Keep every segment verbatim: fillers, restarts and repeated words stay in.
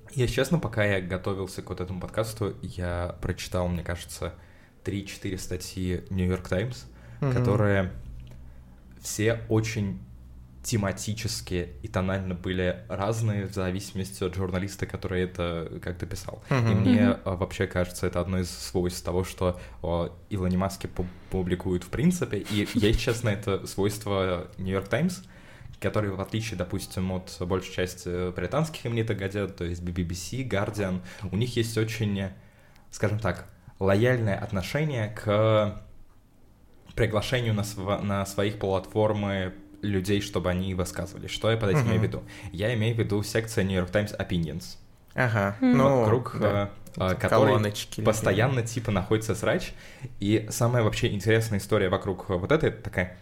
Если честно, пока я готовился к вот этому подкасту, я прочитал, мне кажется, три-четыре статьи New York Times, mm-hmm. которые все очень тематически и тонально были разные в зависимости от журналиста, который это как-то писал. Mm-hmm. И мне mm-hmm. вообще кажется, это одно из свойств того, что о, Илоне Маске публикуют в принципе. И, если честно, это свойство New York Times, который, в отличие, допустим, от большей части британских именитых газет, то есть би би си, Guardian, у них есть очень, скажем так, лояльное отношение к приглашению на, св- на своих платформы людей, чтобы они высказывались. Что я под этим uh-huh. имею в виду? Я имею в виду секция New York Times Opinions. Ага. Mm. Ну, вокруг, да. э, который постоянно типа находится срач. И самая вообще интересная история вокруг вот этой, такая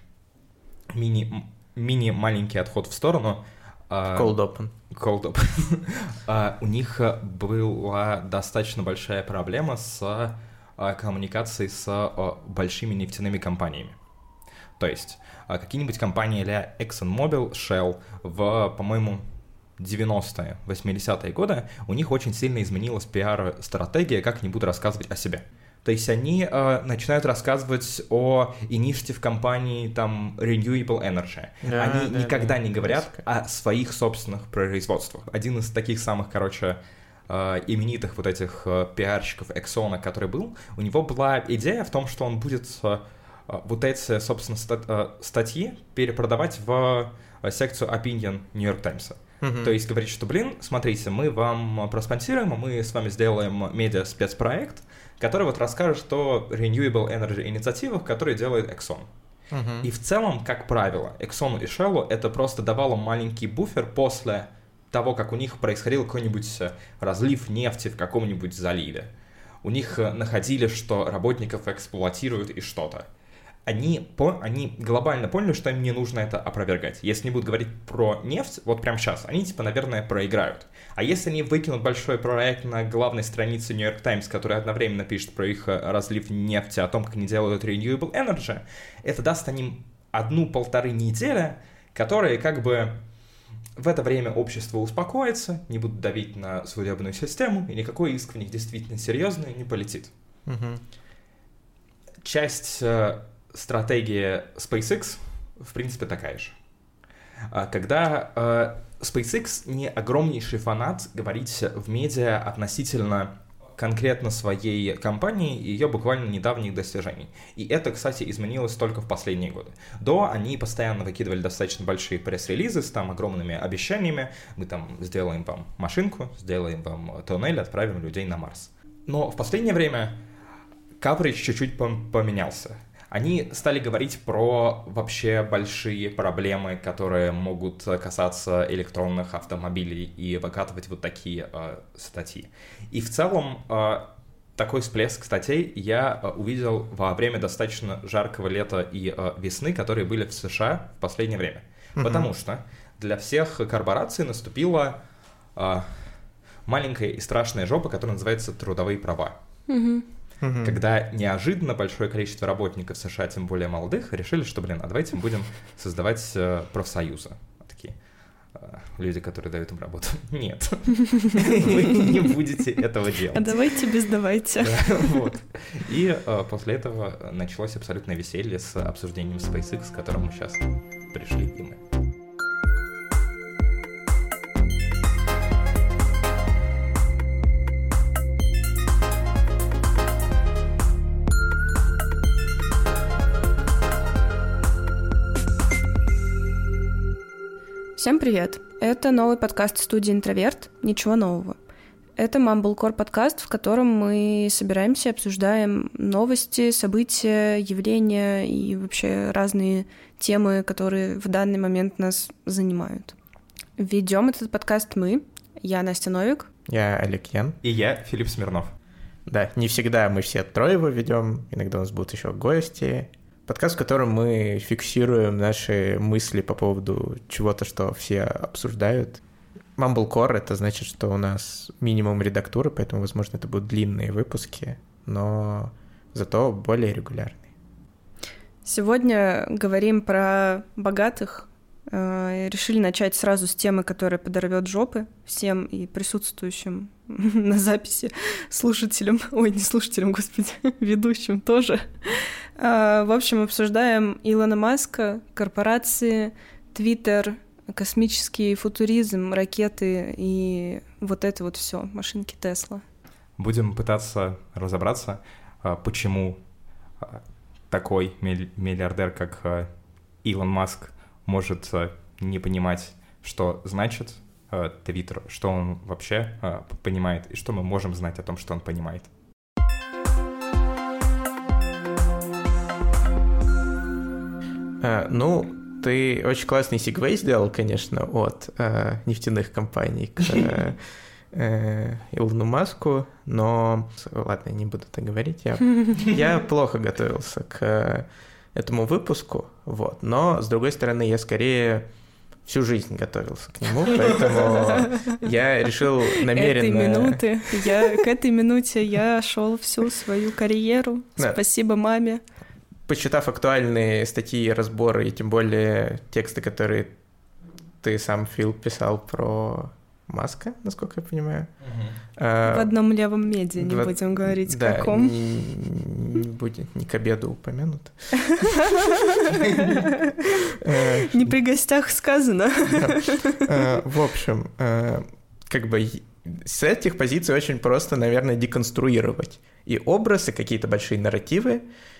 мини, мини-маленький отход в сторону. Cold open. Cold open. У них была достаточно большая проблема с коммуникацией с большими нефтяными компаниями. То есть какие-нибудь компании а-ля ExxonMobil, Shell в, по-моему, девяностые, восьмидесятые годы у них очень сильно изменилась пиар-стратегия, как они будут рассказывать о себе. То есть они э, начинают рассказывать о initiative компании там Renewable Energy. Да, они да, никогда да, не говорят о своих собственных производствах. Один из таких самых, короче, э, именитых вот этих э, пиарщиков Exxon, который был, у него была идея в том, что он будет э, вот эти, собственно, стат- э, статьи перепродавать в э, секцию Opinion New York Times. Uh-huh. То есть говорить, что, блин, смотрите, мы вам проспонсируем, мы с вами сделаем медиа-спецпроект, который вот расскажет о Renewable Energy инициативах, которые делает Exxon. Uh-huh. И в целом, как правило, Exxon и Shell это просто давало маленький буфер после того, как у них происходил какой-нибудь разлив нефти в каком-нибудь заливе. У них находили, что работников эксплуатируют и что-то. Они, по, они глобально поняли, что им не нужно это опровергать. Если они будут говорить про нефть, вот прямо сейчас, они, типа, наверное, проиграют. А если они выкинут большой проект на главной странице New York Times, который одновременно пишет про их разлив нефти, о том, как они делают Renewable Energy, это даст им одну-полторы недели, которые как бы в это время общество успокоится, не будут давить на судебную систему, и никакой иск в них действительно серьезный не полетит. Угу. Часть... Стратегия SpaceX, в принципе, такая же. Когда э, SpaceX не огромнейший фанат говорить в медиа относительно конкретно своей компании и ее буквально недавних достижений. И это, кстати, изменилось только в последние годы. До они постоянно выкидывали достаточно большие пресс-релизы с там огромными обещаниями. Мы там сделаем вам машинку, сделаем вам туннель, отправим людей на Марс. Но в последнее время каверидж чуть-чуть поменялся. Они стали говорить про вообще большие проблемы, которые могут касаться электронных автомобилей и выкатывать вот такие э, статьи. И в целом э, такой всплеск статей я э, увидел во время достаточно жаркого лета и э, весны, которые были в США в последнее время. Mm-hmm. Потому что для всех корпораций наступила э, маленькая и страшная жопа, которая называется трудовые права. Mm-hmm. Mm-hmm. Когда неожиданно большое количество работников США, тем более молодых, решили, что, блин, а давайте мы будем создавать э, профсоюзы. Такие э, люди, которые дают им работу. Нет, вы не будете этого делать. А давайте без давайте. Вот. И после этого началось абсолютное веселье с обсуждением SpaceX, к которому мы сейчас пришли и мы. Всем привет! Это новый подкаст студии «Интроверт». Ничего нового. Это Mumblecore подкаст, в котором мы собираемся и обсуждаем новости, события, явления и вообще разные темы, которые в данный момент нас занимают. Ведем этот подкаст мы. Я Настя Новик. Я Олег Ян. И я Филипп Смирнов. Да, не всегда мы все трое его ведем, иногда у нас будут еще гости. Подкаст, в котором мы фиксируем наши мысли по поводу чего-то, что все обсуждают. Mumblecore — это значит, что у нас минимум редактуры, поэтому, возможно, это будут длинные выпуски, но зато более регулярные. Сегодня говорим про богатых Решили начать сразу с темы, которая подорвет жопы всем и присутствующим на записи слушателям, ой, не слушателям, господи, ведущим тоже. В общем, обсуждаем Илона Маска, корпорации, Твиттер, космический футуризм, ракеты и вот это вот все, машинки Тесла. Будем пытаться разобраться, почему такой миллиардер, как Илон Маск, может не понимать, что значит Твиттер, что он вообще понимает, и что мы можем знать о том, что он понимает. А, ну, ты очень классный сегвей сделал, конечно, от э, нефтяных компаний к э, э, Илону Маску, но... Ладно, не буду так говорить. Я, я плохо готовился к этому выпуску, вот. Но, с другой стороны, я скорее всю жизнь готовился к нему, поэтому я решил намеренно... Этой минуты, я, к этой минуте я шел всю свою карьеру. Да. Спасибо маме. Почитав актуальные статьи, разборы, и тем более тексты, которые ты сам, Фил, писал про Маска, насколько я понимаю. Угу. А, в одном левом медиа, не в... будем говорить, да, каком. Не, не будет, не к обеду упомянут. Не при гостях сказано. В общем, как бы с этих позиций очень просто, наверное, деконструировать и образы, какие-то большие нарративы.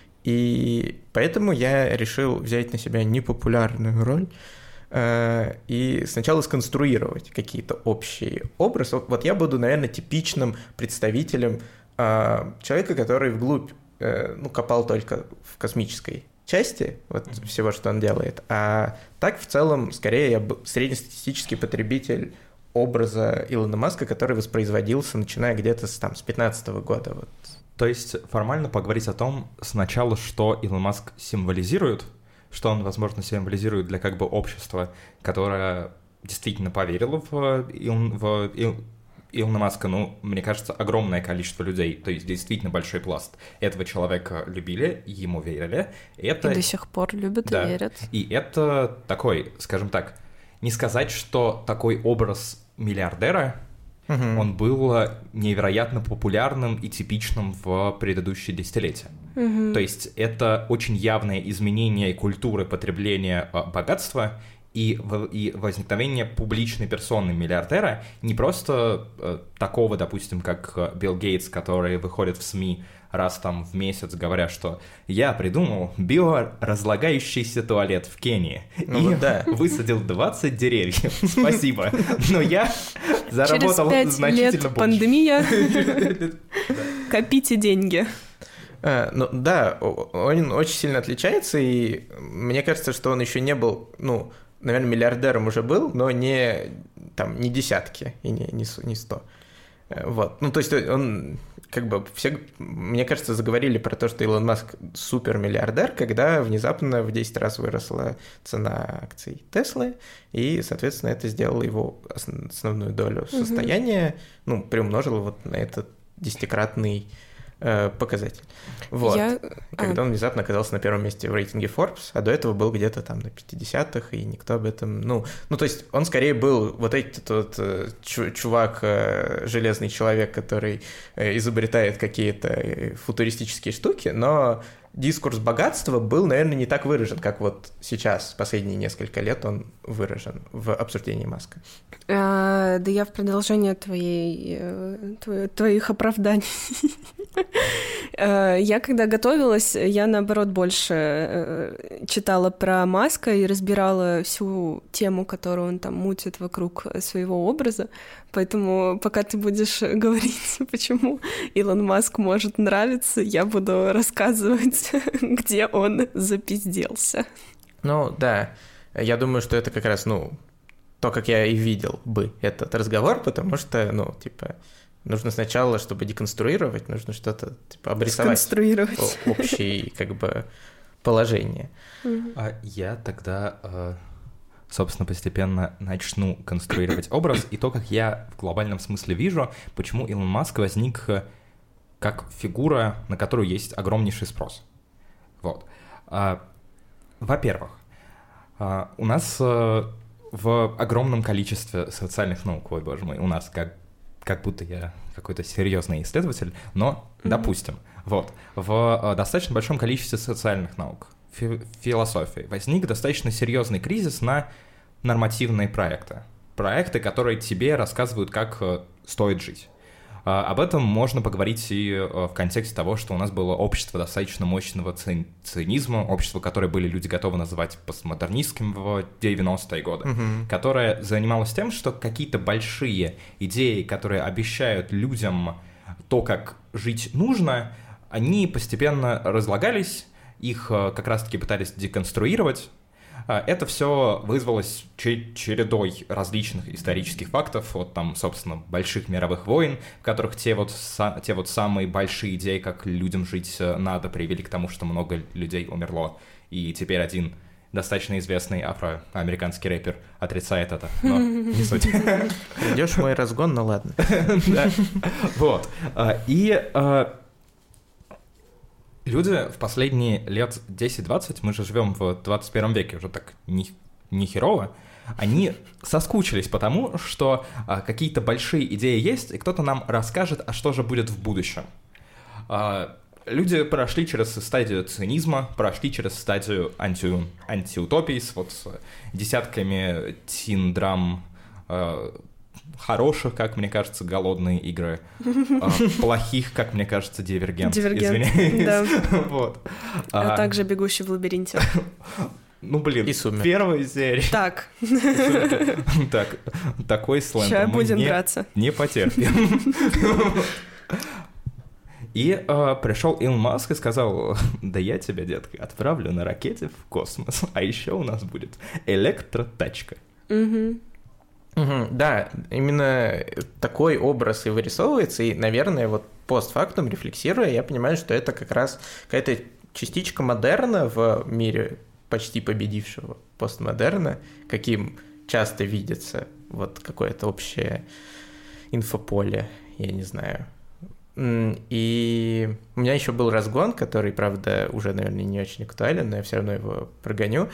И поэтому я решил взять на себя непопулярную роль э, и сначала сконструировать какие-то общие образы. Вот я буду, наверное, типичным представителем э, человека, который вглубь э, ну, копал только в космической части вот, mm-hmm. всего, что он делает. А так, в целом, скорее, я среднестатистический потребитель образа Илона Маска, который воспроизводился, начиная где-то с, там, с пятнадцатого года. Вот. То есть формально поговорить о том сначала, что Илон Маск символизирует, что он, возможно, символизирует для как бы общества, которое действительно поверило в, Ил, в Ил, Илона Маска. Ну, мне кажется, огромное количество людей, то есть действительно большой пласт этого человека любили, ему верили. Это... И до сих пор любят да. и верят. И это такой, скажем так, не сказать, что такой образ миллиардера, Uh-huh. он был невероятно популярным и типичным в предыдущие десятилетия. Uh-huh. То есть это очень явное изменение культуры потребления богатства и, и возникновение публичной персоны миллиардера, не просто э, такого, допустим, как Билл Гейтс, который выходит в СМИ раз там в месяц, говоря, что я придумал биоразлагающийся туалет в Кении ну, и вот да. высадил двадцать деревьев. Спасибо. Но я заработал значительно больше. Через пять лет пандемия. Копите деньги. А, ну да, он очень сильно отличается, и мне кажется, что он еще не был, ну, наверное, миллиардером уже был, но не, там, не десятки и не, не, не сто. Вот. Ну, то есть он... Как бы все, мне кажется, заговорили про то, что Илон Маск супермиллиардер, когда внезапно в десять раз выросла цена акций Теслы, и, соответственно, это сделало его основную долю состояния, mm-hmm. ну, приумножило вот на этот десятикратный э, показатель. Вот. Я... Когда а... он внезапно оказался на первом месте в рейтинге Forbes, а до этого был где-то там на пятидесятых, и никто об этом... Ну, ну то есть он скорее был вот этот вот чувак, железный человек, который изобретает какие-то футуристические штуки, но дискурс богатства был, наверное, не так выражен, как вот сейчас, последние несколько лет он выражен в обсуждении Маска. А, да я в продолжение твоей, твоих, твоих оправданий. Я когда готовилась, я, наоборот, больше читала про Маска и разбирала всю тему, которую он там мутит вокруг своего образа. Поэтому пока ты будешь говорить, почему Илон Маск может нравиться, я буду рассказывать, где он запизделся. Ну, да. Я думаю, что это как раз, ну, то, как я и видел бы этот разговор, потому что, ну, типа... Нужно сначала, чтобы деконструировать, нужно что-то типа обрисовать общее как бы положение. А я тогда, собственно, постепенно начну конструировать образ и то, как я в глобальном смысле вижу, почему Илон Маск возник как фигура, на которую есть огромнейший спрос. Вот. Во-первых, А, у нас а, в огромном количестве социальных наук, ой, боже мой, у нас как, как будто я какой-то серьезный исследователь, но, mm-hmm. допустим, вот, в а, достаточно большом количестве социальных наук, фи- философии, возник достаточно серьезный кризис на нормативные проекты. Проекты, которые тебе рассказывают, как а, стоит жить. Об этом можно поговорить и в контексте того, что у нас было общество достаточно мощного цинизма, общество, которое были люди готовы называть постмодернистским в девяностые годы, mm-hmm. которое занималось тем, что какие-то большие идеи, которые обещают людям то, как жить нужно, они постепенно разлагались, их как раз-таки пытались деконструировать. Это все вызвалось чередой различных исторических фактов, вот там, собственно, больших мировых войн, в которых те вот, те вот самые большие идеи, как людям жить надо, привели к тому, что много людей умерло, и теперь один достаточно известный афроамериканский рэпер отрицает это, но не суть. Идешь мой разгон, ну ладно. Вот. И... Люди в последние лет десять-двадцать, мы же живем в двадцать первом веке, уже так не, не херово, они соскучились по тому, что а, какие-то большие идеи есть, и кто-то нам расскажет, а что же будет в будущем. А, люди прошли через стадию цинизма, прошли через стадию анти, антиутопии с вот с десятками тин-драм, а, хороших, как мне кажется, голодные игры, а, плохих, как мне кажется, Дивергент. Дивергент, извиняюсь. да. Вот. А, а также Бегущий в лабиринте. Ну, блин, и Сумер. Первая серия. Так. Так, такой сленг. Сейчас будем драться. Не потерпим. И э, пришел Илон Маск и сказал: да я тебя, детка, отправлю на ракете в космос, а еще у нас будет электротачка. Угу. Угу, да, именно такой образ и вырисовывается, и, наверное, вот постфактум, рефлексируя, я понимаю, что это как раз какая-то частичка модерна в мире почти победившего постмодерна, каким часто видится вот какое-то общее инфополе, я не знаю. И у меня еще был разгон, который, правда, уже, наверное, не очень актуален, но я все равно его прогоню.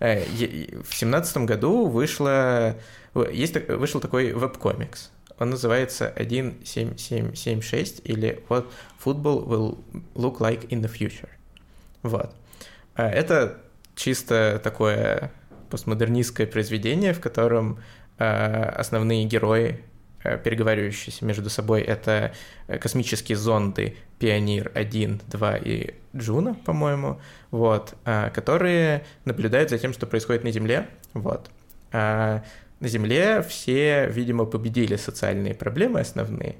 В семнадцатом году вышло, есть, вышел такой веб-комикс. Он называется один семь семь семь шесть или What Football Will Look Like in the Future. Вот. Это чисто такое постмодернистское произведение, в котором основные герои, переговаривающиеся между собой, это космические зонды Пионер один, два и Джуна, по-моему, вот, которые наблюдают за тем, что происходит на Земле. Вот. А на Земле все, видимо, победили социальные проблемы основные,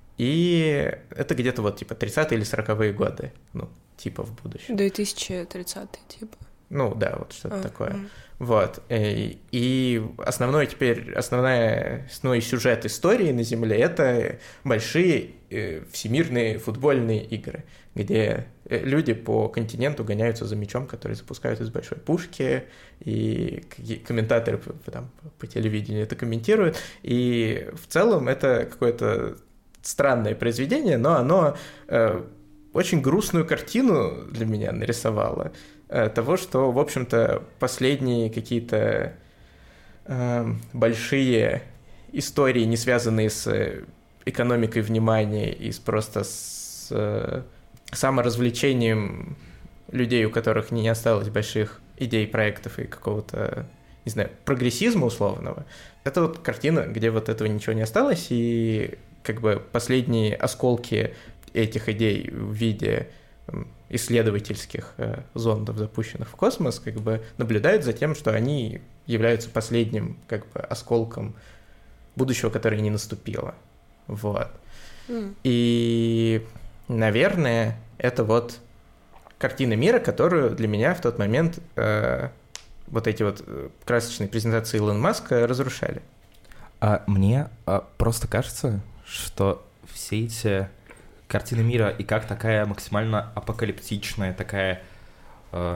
и это где-то вот типа тридцатые или сороковые годы, ну, типа в будущем. две тысячи тридцатые, типа. Ну да, вот что-то а, такое. Mm. Вот. И основной теперь, основная, основной сюжет истории на Земле — это большие всемирные футбольные игры, где люди по континенту гоняются за мячом, который запускают из большой пушки, и комментаторы там, по телевидению это комментируют. И в целом это какое-то странное произведение, но оно э, очень грустную картину для меня нарисовало того, что, в общем-то, последние какие-то э, большие истории, не связанные с экономикой внимания и с просто с э, саморазвлечением людей, у которых не осталось больших идей, проектов и какого-то, не знаю, прогрессизма условного. Это вот картина, где вот этого ничего не осталось, и как бы последние осколки этих идей в виде исследовательских э, зондов, запущенных в космос, как бы наблюдают за тем, что они являются последним как бы осколком будущего, которое не наступило. Вот. Mm. И, наверное, это вот картина мира, которую для меня в тот момент э, вот эти вот красочные презентации Илона Маска разрушали. А мне а, просто кажется, что все эти картина мира и как такая максимально апокалиптичная, такая э,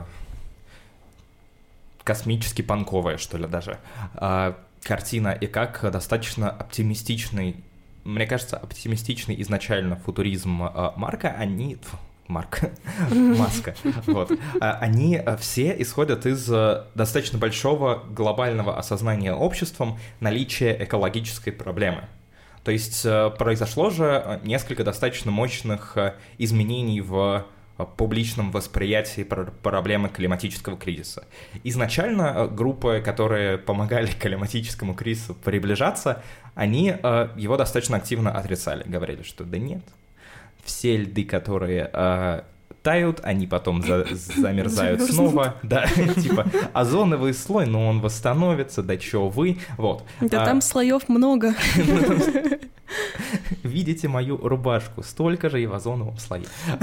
космически панковая, что ли, даже, э, картина, и как достаточно оптимистичный, мне кажется, оптимистичный изначально футуризм э, Марка, они, Марк, Маска, вот, они все исходят из достаточно большого глобального осознания обществом наличия экологической проблемы. То есть произошло же несколько достаточно мощных изменений в публичном восприятии проблемы климатического кризиса. Изначально группы, которые помогали климатическому кризису приближаться, они его достаточно активно отрицали, говорили, что да нет, все льды, которые э, тают, они потом за, замерзают снова, да, типа озоновый слой, но он восстановится, да чё вы, вот. Да там слоев много. Видите мою рубашку, столько же и в озоновом слое.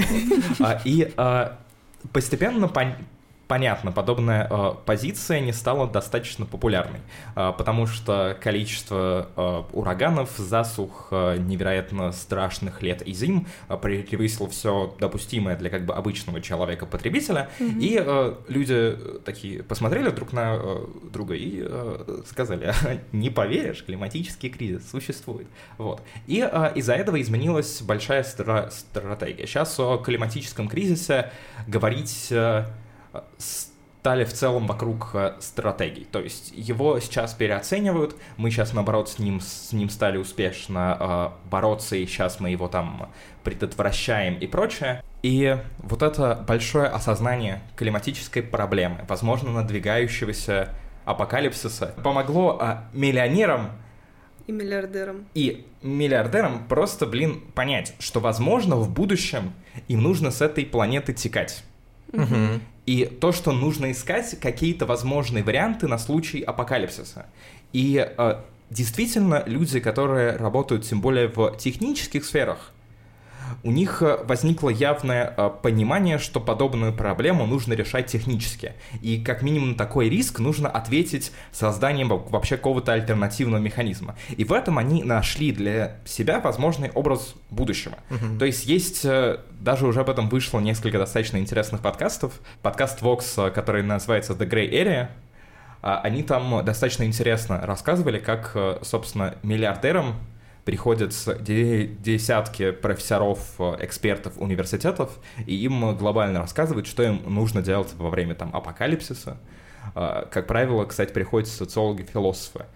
И постепенно понятно, подобная э, позиция не стала достаточно популярной, э, потому что количество э, ураганов, засух, э, невероятно страшных лет и зим э, превысило все допустимое для как бы обычного человека-потребителя, mm-hmm. и э, люди такие посмотрели друг на э, друга и э, сказали, не поверишь, климатический кризис существует. Вот. И э, из-за этого изменилась большая стра- стратегия. Сейчас о климатическом кризисе говорить... Э, стали в целом вокруг стратегий. То есть его сейчас переоценивают, мы сейчас, наоборот, с ним, с ним стали успешно э, бороться, и сейчас мы его там предотвращаем и прочее. И вот это большое осознание климатической проблемы, возможно, надвигающегося апокалипсиса, помогло э, миллионерам и миллиардерам. И миллиардерам просто, блин, понять, что, возможно, в будущем им нужно с этой планеты текать. Угу. И то, что нужно искать, какие-то возможные варианты на случай апокалипсиса. И э, действительно, люди, которые работают тем более в технических сферах, у них возникло явное э, понимание, что подобную проблему нужно решать технически. И как минимум на такой риск нужно ответить созданием вообще какого-то альтернативного механизма. И в этом они нашли для себя возможный образ будущего. Mm-hmm. То есть есть, э, даже уже об этом вышло несколько достаточно интересных подкастов. Подкаст Vox, который называется The Grey Area, э, они там достаточно интересно рассказывали, как, э, собственно, миллиардерам приходят десятки профессоров, экспертов университетов, и им глобально рассказывают, что им нужно делать во время там апокалипсиса. Как правило, кстати, приходят социологи-философы.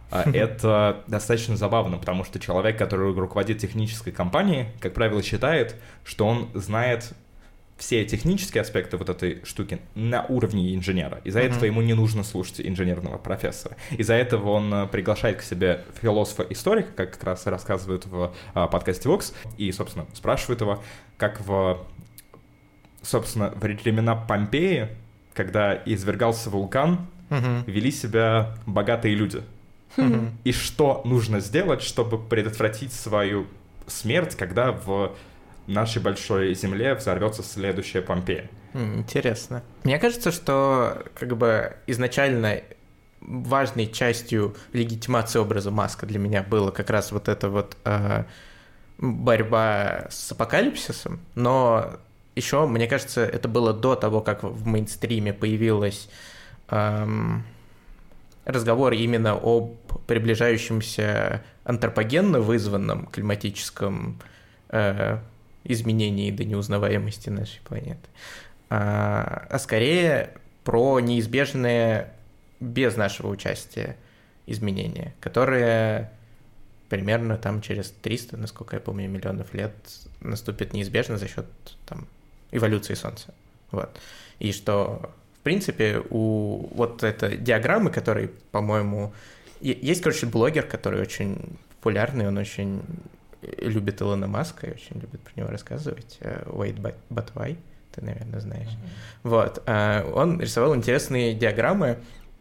Это достаточно забавно, потому что человек, который руководит технической компанией, как правило, считает, что он знает все технические аспекты вот этой штуки на уровне инженера. Из-за uh-huh. этого ему не нужно слушать инженерного профессора. Из-за этого он приглашает к себе философа-историка, как как раз рассказывают в а, подкасте Vox, и, собственно, спрашивает его, как в, собственно, в времена Помпеи, когда извергался вулкан, uh-huh. вели себя богатые люди. Uh-huh. И что нужно сделать, чтобы предотвратить свою смерть, когда в нашей большой земле взорвется следующая Помпея. Интересно. Мне кажется, что как бы изначально важной частью легитимации образа Маска для меня было как раз вот эта вот э, борьба с апокалипсисом, но еще, мне кажется, это было до того, как в мейнстриме появилась эм, разговор именно об приближающемся антропогенно вызванном климатическом э, изменений до неузнаваемости нашей планеты, а, а скорее про неизбежные без нашего участия изменения, которые примерно там через триста, насколько я помню, миллионов лет наступят неизбежно за счет там, эволюции Солнца. Вот. И что, в принципе, у вот этой диаграммы, которой, по-моему, есть, короче, блогер, который очень популярный, он очень любит Илона Маска и очень любит про него рассказывать. Wait, but, but why? Ты, наверное, знаешь. Mm-hmm. Вот. Он рисовал интересные диаграммы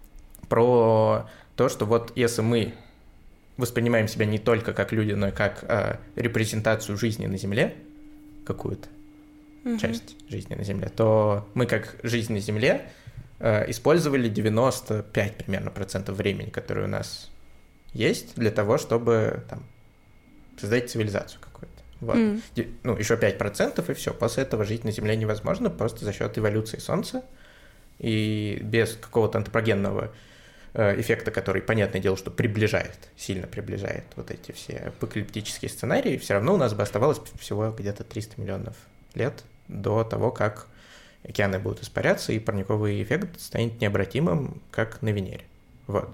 про то, что вот если мы воспринимаем себя не только как люди, но и как репрезентацию жизни на Земле, какую-то mm-hmm. часть жизни на Земле, то мы как жизнь на Земле использовали девяносто пять примерно процентов времени, которое у нас есть, для того, чтобы там создать цивилизацию какую-то. Вот. Mm. Ну, еще пять процентов, и все. После этого жить на Земле невозможно, просто за счет эволюции Солнца и без какого-то антропогенного э, эффекта, который, понятное дело, что приближает, сильно приближает вот эти все апокалиптические сценарии, все равно у нас бы оставалось всего где-то триста миллионов лет до того, как океаны будут испаряться, и парниковый эффект станет необратимым, как на Венере. Вот.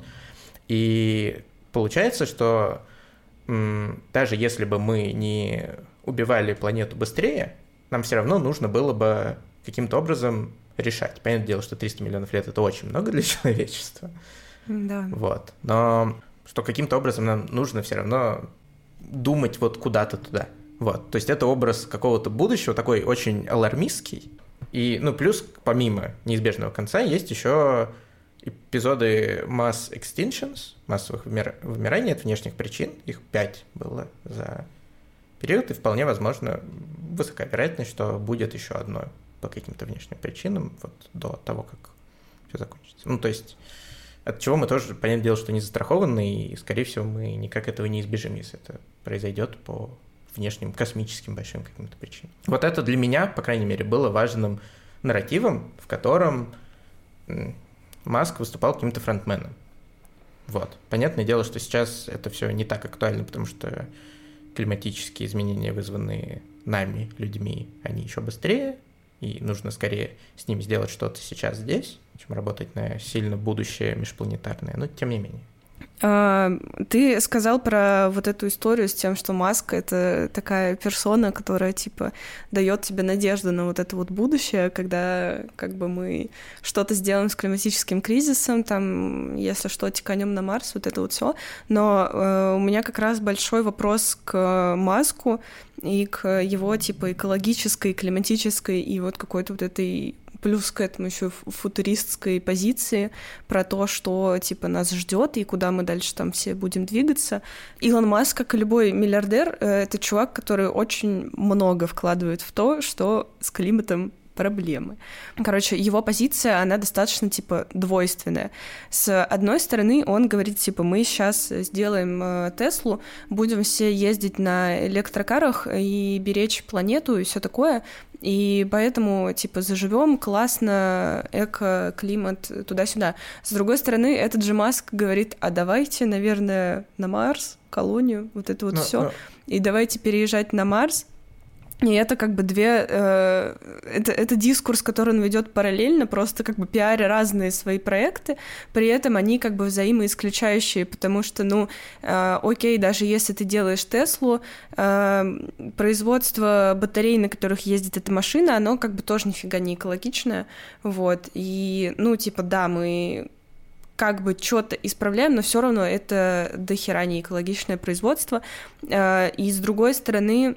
И получается, что м, даже если бы мы не убивали планету быстрее, нам все равно нужно было бы каким-то образом решать. Понятное дело, что триста миллионов лет — это очень много для человечества. Да. Вот. Но что каким-то образом нам нужно все равно думать вот куда-то туда. Вот. То есть это образ какого-то будущего, такой очень алармистский. И, ну, плюс, помимо неизбежного конца, есть еще эпизоды mass extinctions, массовых вымир... вымираний от внешних причин. Их пять было за период, и вполне возможно, высока вероятность, что будет еще одно по каким-то внешним причинам вот до того, как все закончится. Ну, то есть от чего мы тоже, понятное дело, что не застрахованы, и, скорее всего, мы никак этого не избежим, если это произойдет по внешним космическим большим каким-то причинам. Вот это для меня, по крайней мере, было важным нарративом, в котором Маск выступал каким-то фронтменом. Вот. Понятное дело, что сейчас это все не так актуально, потому что климатические изменения, вызванные нами, людьми, они еще быстрее, и нужно скорее с ними сделать что-то сейчас здесь, чем работать на сильно будущее межпланетарное, но тем не менее. Ты сказал про вот эту историю с тем, что Маск — это такая персона, которая, типа, дает тебе надежду на вот это вот будущее, когда, как бы, мы что-то сделаем с климатическим кризисом, там, если что, тиканем на Марс, вот это вот все. Но э, у меня как раз большой вопрос к Маску и к его, типа, экологической, климатической и вот какой-то вот этой... Плюс к этому еще футуристской позиции про то, что типа нас ждет и куда мы дальше там все будем двигаться. Илон Маск, как и любой миллиардер, это чувак, который очень много вкладывает в то, что с климатом проблемы. Короче, его позиция, она достаточно, типа, двойственная. С одной стороны, он говорит, типа, мы сейчас сделаем э, Теслу, будем все ездить на электрокарах и беречь планету и все такое, и поэтому, типа, заживем классно, эко, климат, туда-сюда. С другой стороны, этот же Маск говорит, а давайте, наверное, на Марс, колонию, вот это вот но, все, но... и давайте переезжать на Марс. И это как бы две... Э, это, это дискурс, который он ведет параллельно, просто как бы пиаря разные свои проекты, при этом они как бы взаимоисключающие, потому что, ну, э, окей, даже если ты делаешь Теслу, э, производство батарей, на которых ездит эта машина, оно как бы тоже нифига не экологичное, вот, и, ну, типа, да, мы... как бы что-то исправляем, но все равно это дохера не экологичное производство. Э, и с другой стороны...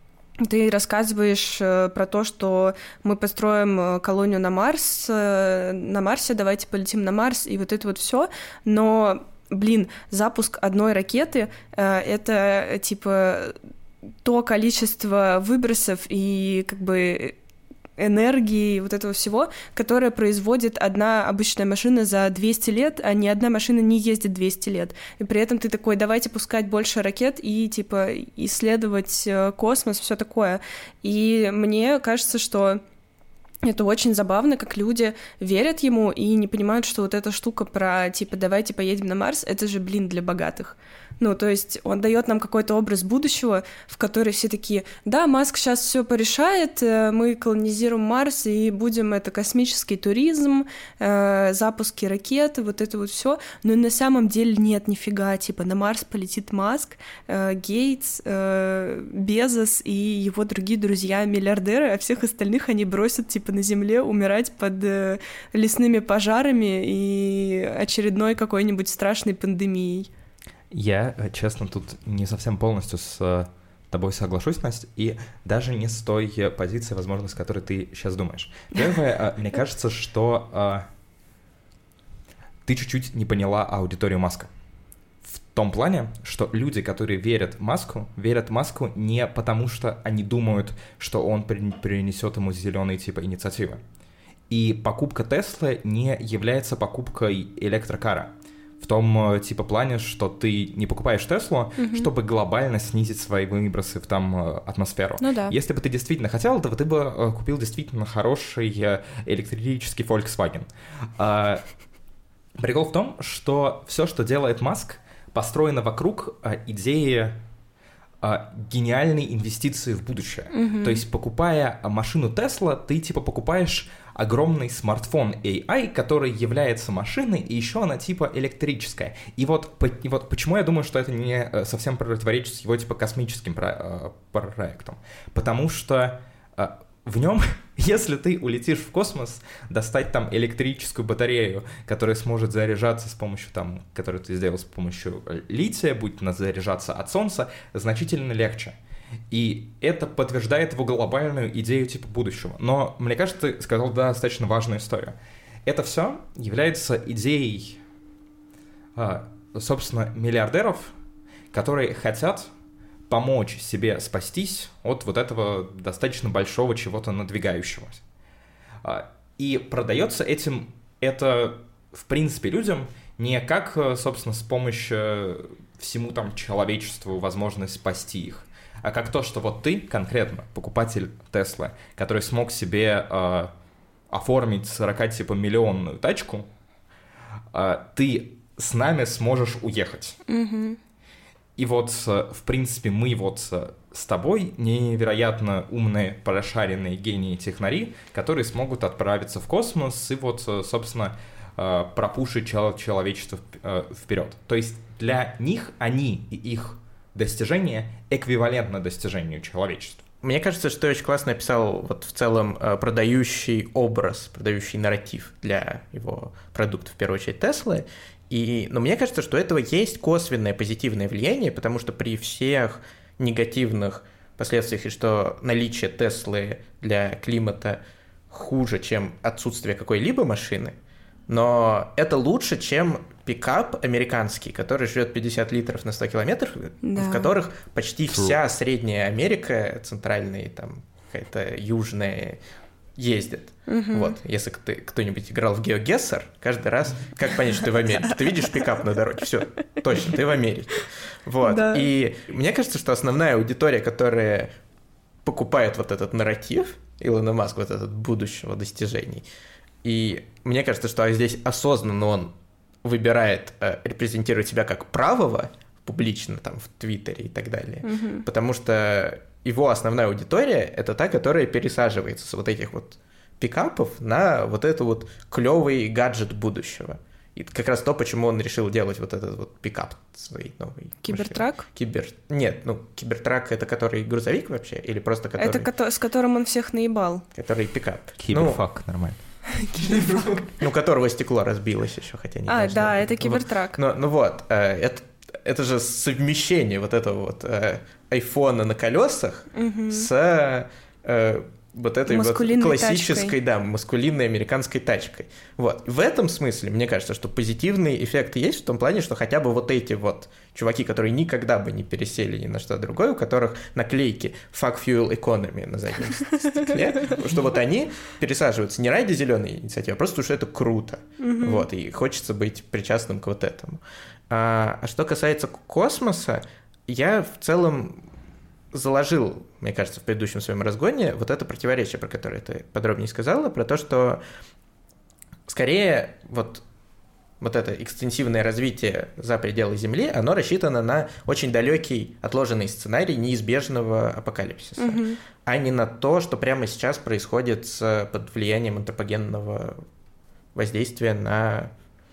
Ты рассказываешь про то, что мы построим колонию на Марс, на Марсе, давайте полетим на Марс, и вот это вот все, но, блин, запуск одной ракеты — это, типа, то количество выбросов и, как бы, энергии, вот этого всего, которое производит одна обычная машина за двести лет, а ни одна машина не ездит двести лет. И при этом ты такой, давайте пускать больше ракет и, типа, исследовать космос, все такое. И мне кажется, что это очень забавно, как люди верят ему и не понимают, что вот эта штука про, типа, давайте поедем на Марс, это же, блин, для богатых. Ну, то есть он дает нам какой-то образ будущего, в который все такие, да, Маск сейчас все порешает, мы колонизируем Марс и будем, это космический туризм, э, запуски ракет, вот это вот все. Но на самом деле нет, нифига, типа на Марс полетит Маск, э, Гейтс, э, Безос и его другие друзья-миллиардеры, а всех остальных они бросят, типа, на Земле умирать под э, лесными пожарами и очередной какой-нибудь страшной пандемией. Я, честно, тут не совсем полностью с тобой соглашусь, Настя, и даже не с той позиции, возможно, с которой ты сейчас думаешь. Первое, мне кажется, что ты чуть-чуть не поняла аудиторию Маска. В том плане, что люди, которые верят Маску, верят Маску не потому, что они думают, что он принесет ему зеленые типа инициативы. И покупка Теслы не является покупкой электрокара. В том, типа, плане, что ты не покупаешь Теслу, угу. чтобы глобально снизить свои выбросы в там атмосферу. Ну да. Если бы ты действительно хотел этого, ты бы купил действительно хороший электрический Volkswagen. А, прикол в том, что все, что делает Маск, построено вокруг идеи а, гениальной инвестицией в будущее. Мгм. То есть, покупая машину Tesla, ты типа покупаешь огромный смартфон эй ай, который является машиной, и еще она типа электрическая. И вот, по- и вот почему я думаю, что это не э, совсем противоречит его типа космическим про- э, проектам. Потому что э, в нем, если ты улетишь в космос, достать там электрическую батарею, которая сможет заряжаться с помощью там, которую ты сделал с помощью лития, будет она заряжаться от солнца, значительно легче. И это подтверждает его глобальную идею типа будущего. Но, мне кажется, ты сказал достаточно важную историю. Это все является идеей, а, собственно, миллиардеров, которые хотят помочь себе спастись от вот этого достаточно большого чего-то надвигающегося. А, И продается этим это, в принципе, людям не как, собственно, с помощью всему там человечеству возможность спасти их, а как то, что вот ты конкретно, покупатель Теслы, который смог себе э, оформить сорок типа миллионную тачку, э, ты с нами сможешь уехать. Мгм. И вот, э, в принципе, мы вот э, с тобой невероятно умные, прошаренные гении технари, которые смогут отправиться в космос и вот, э, собственно, э, пропушить чел- человечество вп- э, вперед. То есть для них они и их достижение эквивалентно достижению человечества. Мне кажется, что я очень классно описал вот в целом э, продающий образ, продающий нарратив для его продукта, в первую очередь Теслы. И, но мне кажется, что у этого есть косвенное позитивное влияние, потому что при всех негативных последствиях и что наличие Теслы для климата хуже, чем отсутствие какой-либо машины, но это лучше, чем пикап американский, который жрет пятьдесят литров на сто километров, Да. в которых почти True. вся Средняя Америка, центральная, там, какая-то южная, ездит. Мгм. Вот, если ты, кто-нибудь играл в GeoGuessr, каждый раз, как понять, что ты в Америке? Ты видишь пикап на дороге, все, точно, ты в Америке. Вот, Да. и мне кажется, что основная аудитория, которая покупает вот этот нарратив, Илона Маск, вот этот будущего достижений, и мне кажется, что здесь осознанно он выбирает э, репрезентировать себя как правого публично, там, в Твиттере и так далее, Мгм. потому что его основная аудитория — это та, которая пересаживается с вот этих вот пикапов на вот это вот клевый гаджет будущего. И как раз то, почему он решил делать вот этот вот пикап свой новый. Кибертрак? машины. Кибер... Нет, ну, кибертрак — это который грузовик вообще? Или просто который, Это кото- с которым он всех наебал. который пикап? Киберфак, нормально. Ну, ну, у которого стекло разбилось еще, хотя не А, должно да, быть. это кибертрак. Ну, ну вот, э, это, это же совмещение вот этого вот э, айфона на колесах Мгм. с э, вот этой вот Маскулинной классической, тачкой. да, маскулинной американской тачкой. Вот. В этом смысле, мне кажется, что позитивные эффекты есть в том плане, что хотя бы вот эти вот чуваки, которые никогда бы не пересели ни на что другое, у которых наклейки «Fuck Fuel Economy» на заднем стекле, что вот они пересаживаются не ради зеленой инициативы, а просто потому что это круто. Мгм. Вот, и хочется быть причастным к вот этому. А, а что касается космоса, я в целом заложил, мне кажется, в предыдущем своем разгоне вот это противоречие, про которое ты подробнее сказала, про то, что скорее вот, вот это экстенсивное развитие за пределы Земли, оно рассчитано на очень далекий отложенный сценарий неизбежного апокалипсиса, Мгм. а не на то, что прямо сейчас происходит с, под влиянием антропогенного воздействия на,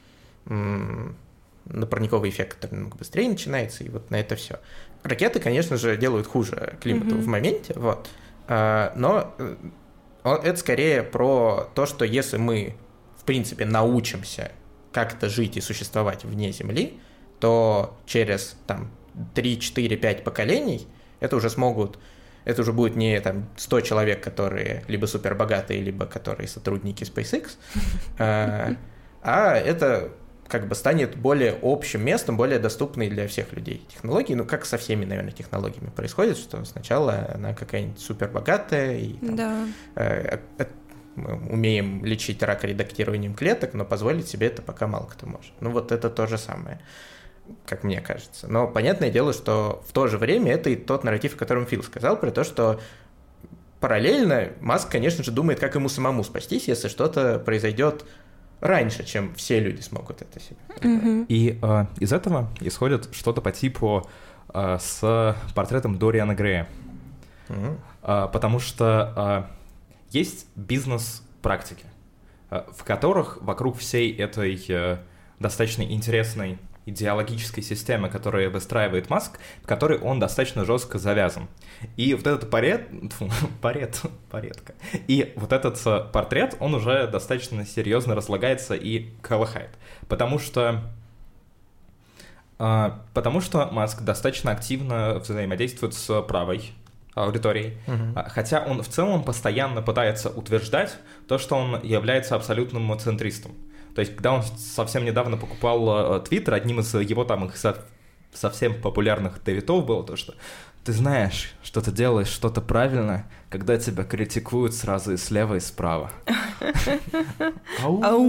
м, на парниковый эффект, который намного быстрее начинается, и вот на это все. Ракеты, конечно же, делают хуже климату Мгм. в моменте, вот. А, но э, он- это скорее про то, что если мы, в принципе, научимся как-то жить и существовать вне Земли, то через там три, четыре, пять поколений это уже смогут, это уже будет не там сто человек, которые либо супербогатые, либо которые сотрудники SpaceX, а а это как бы станет более общим местом, более доступной для всех людей технологии. Ну, как со всеми, наверное, технологиями происходит, что сначала она какая-нибудь супербогатая, и там, Да. э, э, мы умеем лечить рак редактированием клеток, но позволить себе это пока мало кто может. Ну, вот это то же самое, как мне кажется. Но понятное дело, что в то же время это и тот нарратив, о котором Фил сказал, про то, что параллельно Маск, конечно же, думает, как ему самому спастись, если что-то произойдет раньше, чем все люди смогут это себе. Мгм. И э, из этого исходит что-то по типу э, с портретом Дориана Грея. Mm-hmm. Э, потому что э, есть бизнес-практики, э, в которых вокруг всей этой э, достаточно интересной идеологической системы, которую выстраивает Маск, в которой он достаточно жестко завязан. И вот этот портрет, портрет, поредко, и вот этот портрет, он уже достаточно серьезно разлагается и колыхает. Потому что потому что Маск достаточно активно взаимодействует с правой аудиторией, uh-huh. хотя он в целом постоянно пытается утверждать то, что он является абсолютным центристом. То есть, когда он совсем недавно покупал Твиттер, одним из его там их со- совсем популярных твитов было то, что ты знаешь, что ты делаешь что-то правильно, когда тебя критикуют сразу и слева, и справа. Ау.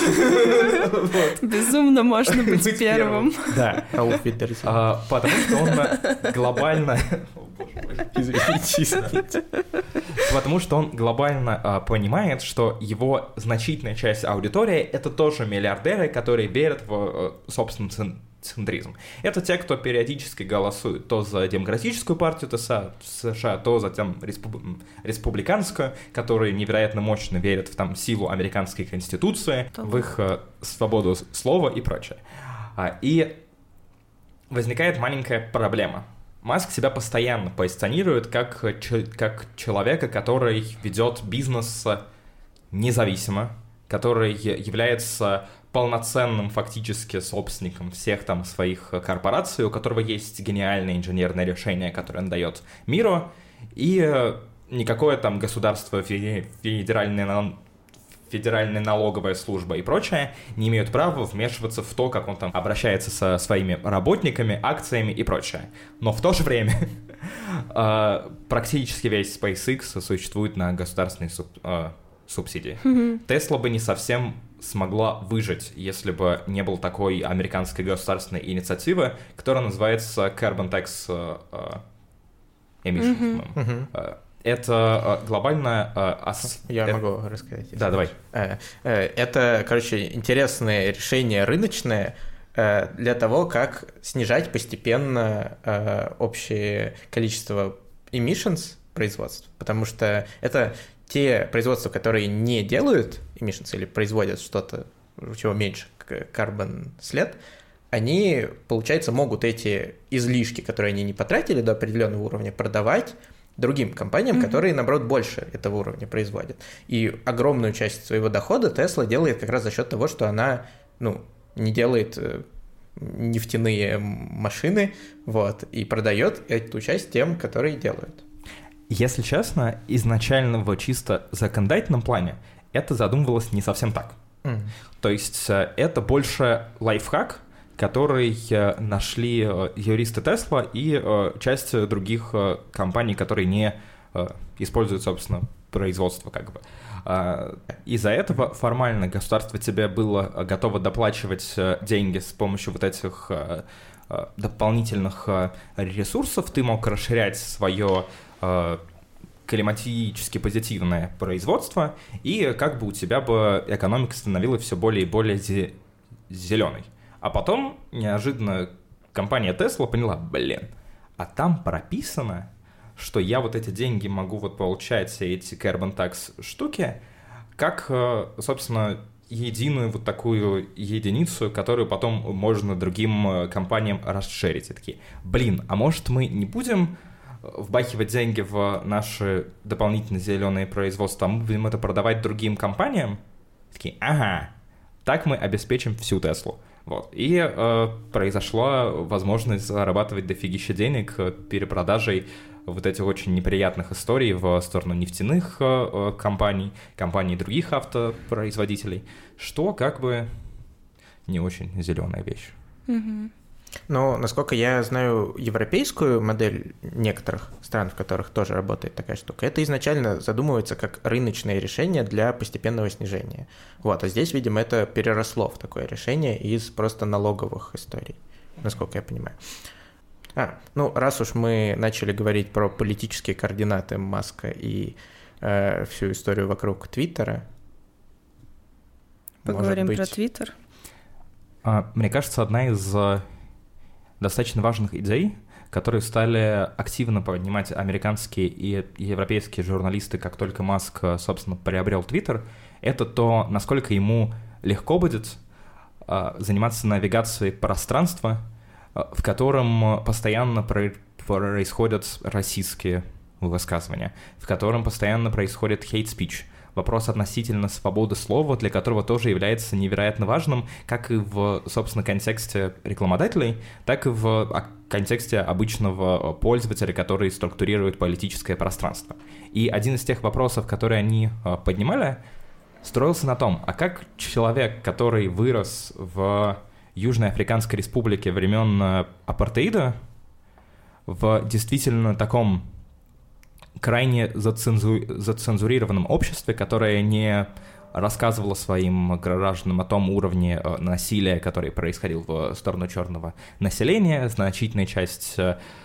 Безумно можно быть первым. Да. Потому что он глобально... Извините, извините. Потому что он глобально а, понимает, что его значительная часть аудитории — это тоже миллиардеры, которые верят в а, собственный центризм. Это те, кто периодически голосует то за демократическую партию США, то за там, респуб... республиканскую, которые невероятно мощно верят в там, силу американской конституции, Том. в их а, свободу слова и прочее. А, и возникает маленькая проблема. Маск себя постоянно позиционирует как, как человека, который ведет бизнес независимо, который является полноценным фактически собственником всех там своих корпораций, у которого есть гениальное инженерное решение, которое он дает миру, и никакое там государство, федеральное федеральная налоговая служба и прочее не имеют права вмешиваться в то, как он там обращается со своими работниками, акциями и прочее. Но в то же время практически весь SpaceX существует на государственной субсидии. Tesla бы не совсем смогла выжить, если бы не было такой американской государственной инициативы, которая называется Carbon Tax Emission. Mm-hmm. Это глобальная... Ос... Я это... могу рассказать. Да, давай. Это, короче, интересное решение рыночное для того, как снижать постепенно общее количество emissions производств, потому что это те производства, которые не делают emissions или производят что-то, чего меньше carbon след, они, получается, могут эти излишки, которые они не потратили до определенного уровня, продавать другим компаниям, mm-hmm. которые, наоборот, больше этого уровня производят. И огромную часть своего дохода Tesla делает как раз за счет того, что она, ну, не делает нефтяные машины, вот, и продает эту часть тем, которые делают. Если честно, изначально в чисто законодательном плане это задумывалось не совсем так. Mm-hmm. То есть это больше лайфхак, который нашли юристы Tesla и часть других компаний, которые не используют, собственно, производство как бы. Из-за этого формально государство тебе было готово доплачивать деньги с помощью вот этих дополнительных ресурсов. Ты мог расширять свое климатически позитивное производство, и как бы у тебя бы экономика становилась все более и более зеленой. А потом неожиданно компания Tesla поняла, блин, а там прописано, что я вот эти деньги могу вот получать, все эти carbon tax штуки, как, собственно, единую вот такую единицу, которую потом можно другим компаниям расширить. И такие, блин, а может мы не будем вбахивать деньги в наши дополнительно зеленые производства, а мы будем это продавать другим компаниям? Такие, ага, так мы обеспечим всю Теслу. Вот. И э, произошла возможность зарабатывать дофигища денег перепродажей вот этих очень неприятных историй в сторону нефтяных э, компаний, компаний других автопроизводителей, что как бы не очень зеленая вещь. Mm-hmm. Но, насколько я знаю европейскую модель некоторых стран, в которых тоже работает такая штука, это изначально задумывается как рыночное решение для постепенного снижения. Вот, а здесь, видимо, это переросло в такое решение из просто налоговых историй, насколько я понимаю. А, ну, раз уж мы начали говорить про политические координаты Маска и э, всю историю вокруг Твиттера. Поговорим быть... про Твиттер. А, мне кажется, одна из достаточно важных идей, которые стали активно поднимать американские и европейские журналисты, как только Маск, собственно, приобрел Твиттер, это то, насколько ему легко будет заниматься навигацией пространства, в котором постоянно происходят расистские высказывания, в котором постоянно происходит hate speech, вопрос относительно свободы слова, для которого тоже является невероятно важным, как и в, собственно, контексте рекламодателей, так и в контексте обычного пользователя, который структурирует политическое пространство. И один из тех вопросов, которые они поднимали, строился на том, а как человек, который вырос в Южной Африканской Республике времен апартеида, в действительно таком крайне зацензу... зацензурированном обществе, которое не рассказывало своим гражданам о том уровне насилия, который происходил в сторону черного населения. Значительная часть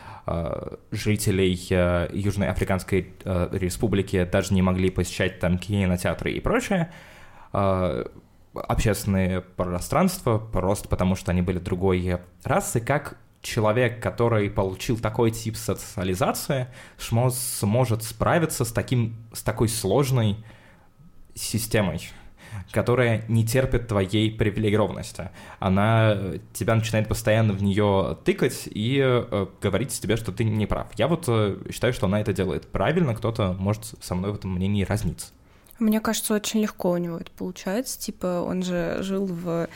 жителей Южной Африканской Республики даже не могли посещать там кинотеатры и прочее, общественные пространства, просто потому что они были другой расы. Как человек, который получил такой тип социализации, сможет справиться с, таким, с такой сложной системой, которая не терпит твоей привилегированности. Она тебя начинает постоянно в нее тыкать и э, говорить тебе, что ты не прав. Я вот э, считаю, что она это делает правильно, кто-то может со мной в этом мнении разниться. Мне кажется, очень легко у него это получается. Типа, он же жил в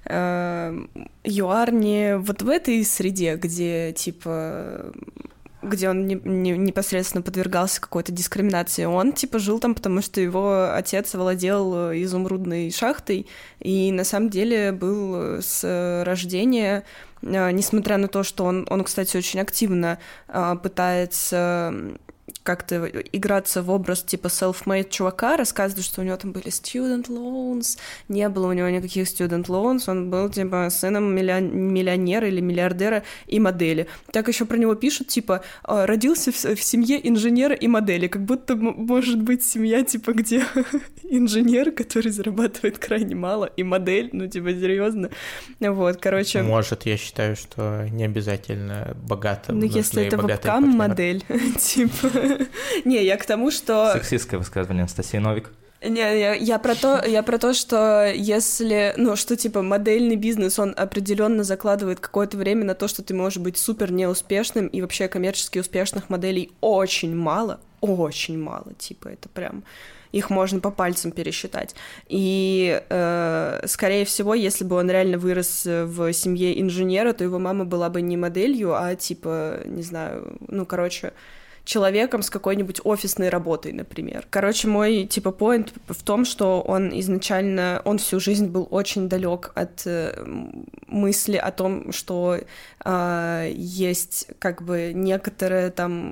э, ЮАР не вот в этой среде, где, типа, где он не, не, непосредственно подвергался какой-то дискриминации. Он, типа, жил там, потому что его отец владел изумрудной шахтой, и на самом деле был с рождения, э, несмотря на то, что он, он, кстати, очень активно э, пытается как-то играться в образ типа self-made чувака, рассказывает, что у него там были student loans, не было у него никаких student loans, он был типа сыном миллионера или миллиардера и модели. Так еще про него пишут, типа, родился в, в семье инженера и модели, как будто может быть семья, типа, где инженер, который зарабатывает крайне мало, и модель, ну, типа, серьезно. Вот, короче... Может, я считаю, что не обязательно богато. Ну, если это вебкам-модель, типа... Не, я к тому, что... Сексистское высказывание Анастасии Новик. Не, я, я про то, я про то, что если, ну, что типа модельный бизнес, он определенно закладывает какое-то время на то, что ты можешь быть супер неуспешным, и вообще коммерчески успешных моделей очень мало, очень мало, типа это прям... Их можно по пальцам пересчитать. И, э, скорее всего, если бы он реально вырос в семье инженера, то его мама была бы не моделью, а типа, не знаю, ну, короче... человеком с какой-нибудь офисной работой, например. Короче, мой, типа, поинт в том, что он изначально, он всю жизнь был очень далек от э, мысли о том, что э, есть, как бы, некоторая там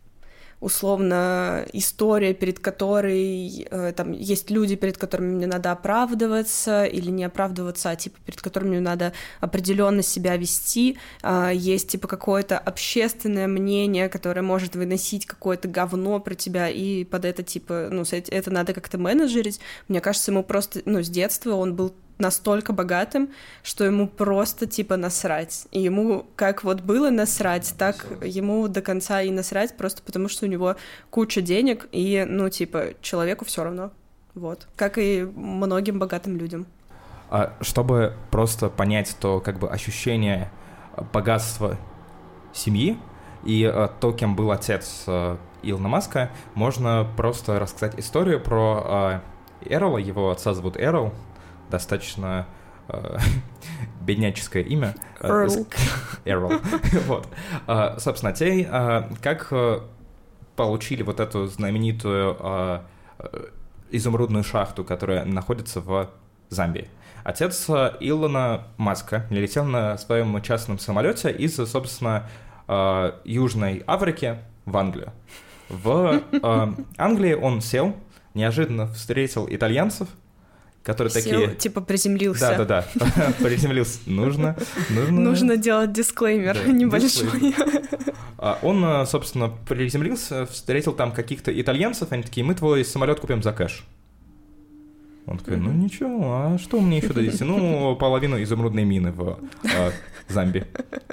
условно история, перед которой э, там есть люди, перед которыми мне надо оправдываться или не оправдываться, а типа перед которыми мне надо определенно себя вести. Э, есть типа какое-то общественное мнение, которое может выносить какое-то говно про тебя, и под это типа, ну, это надо как-то менеджерить. Мне кажется, ему просто, ну, с детства он был настолько богатым, что ему просто, типа, насрать. И ему как вот было насрать, так ему до конца и насрать, просто потому что у него куча денег, и, ну, типа, человеку все равно. Вот. Как и многим богатым людям. А чтобы просто понять то, как бы, ощущение богатства семьи и то, кем был отец Илона Маска, можно просто рассказать историю про Эрла, его отца зовут Эрл, достаточно э, бедняческое имя. Эрл. Эрл. Вот. Uh, собственно, те, uh, как uh, получили вот эту знаменитую uh, изумрудную шахту, которая находится в Замбии. Отец uh, Илона Маска летел на своем частном самолете из, собственно, uh, Южной Африки в Англию. В uh, Англии он сел, неожиданно встретил итальянцев, которые Сел, такие... типа приземлился. Да-да-да, приземлился. Нужно, нужно... Нужно делать дисклеймер да, небольшой. Дисклеймер. Он, собственно, приземлился, встретил там каких-то итальянцев, они такие, мы твой самолет купим за кэш. Он такой, ну ничего, а что мне еще дадите? Ну, половину изумрудной мины в э, Замби.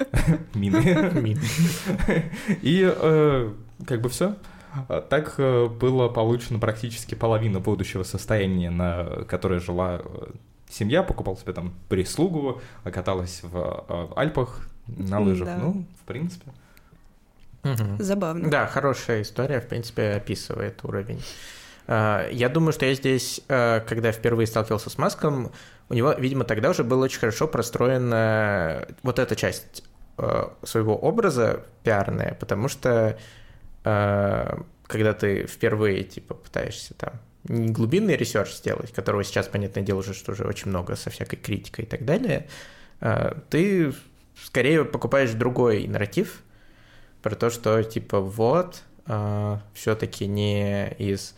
Мины. И э, как бы все. Так э, было получено практически половина будущего состояния, на которое жила э, семья, покупал себе там прислугу, каталась в э, Альпах на лыжах. Да. Ну, в принципе. Угу. Забавно. Да, хорошая история, в принципе, описывает уровень. Я думаю, что я здесь, когда впервые сталкивался с Маском, у него, видимо, тогда уже была очень хорошо простроена вот эта часть своего образа пиарная, потому что когда ты впервые типа пытаешься там не глубинный ресерч сделать, которого сейчас, понятное дело, уже, что уже очень много со всякой критикой и так далее, ты скорее покупаешь другой нарратив про то, что типа вот, все-таки не из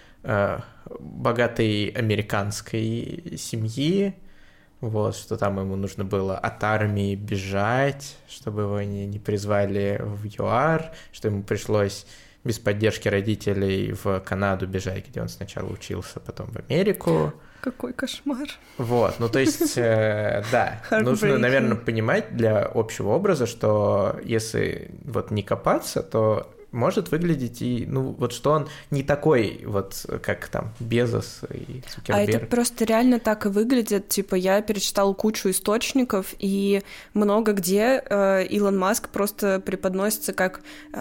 богатой американской семьи, вот, что там ему нужно было от армии бежать, чтобы его не, не призвали в ЮАР, что ему пришлось без поддержки родителей в Канаду бежать, где он сначала учился, потом в Америку. Какой кошмар. Вот, ну то есть, э, да, нужно, наверное, понимать для общего образа, что если вот не копаться, то может выглядеть и, ну, вот что он не такой, вот, как там Безос и Цукерберг. А это просто реально так и выглядит. Типа, я перечитала кучу источников, и много где э, Илон Маск просто преподносится как,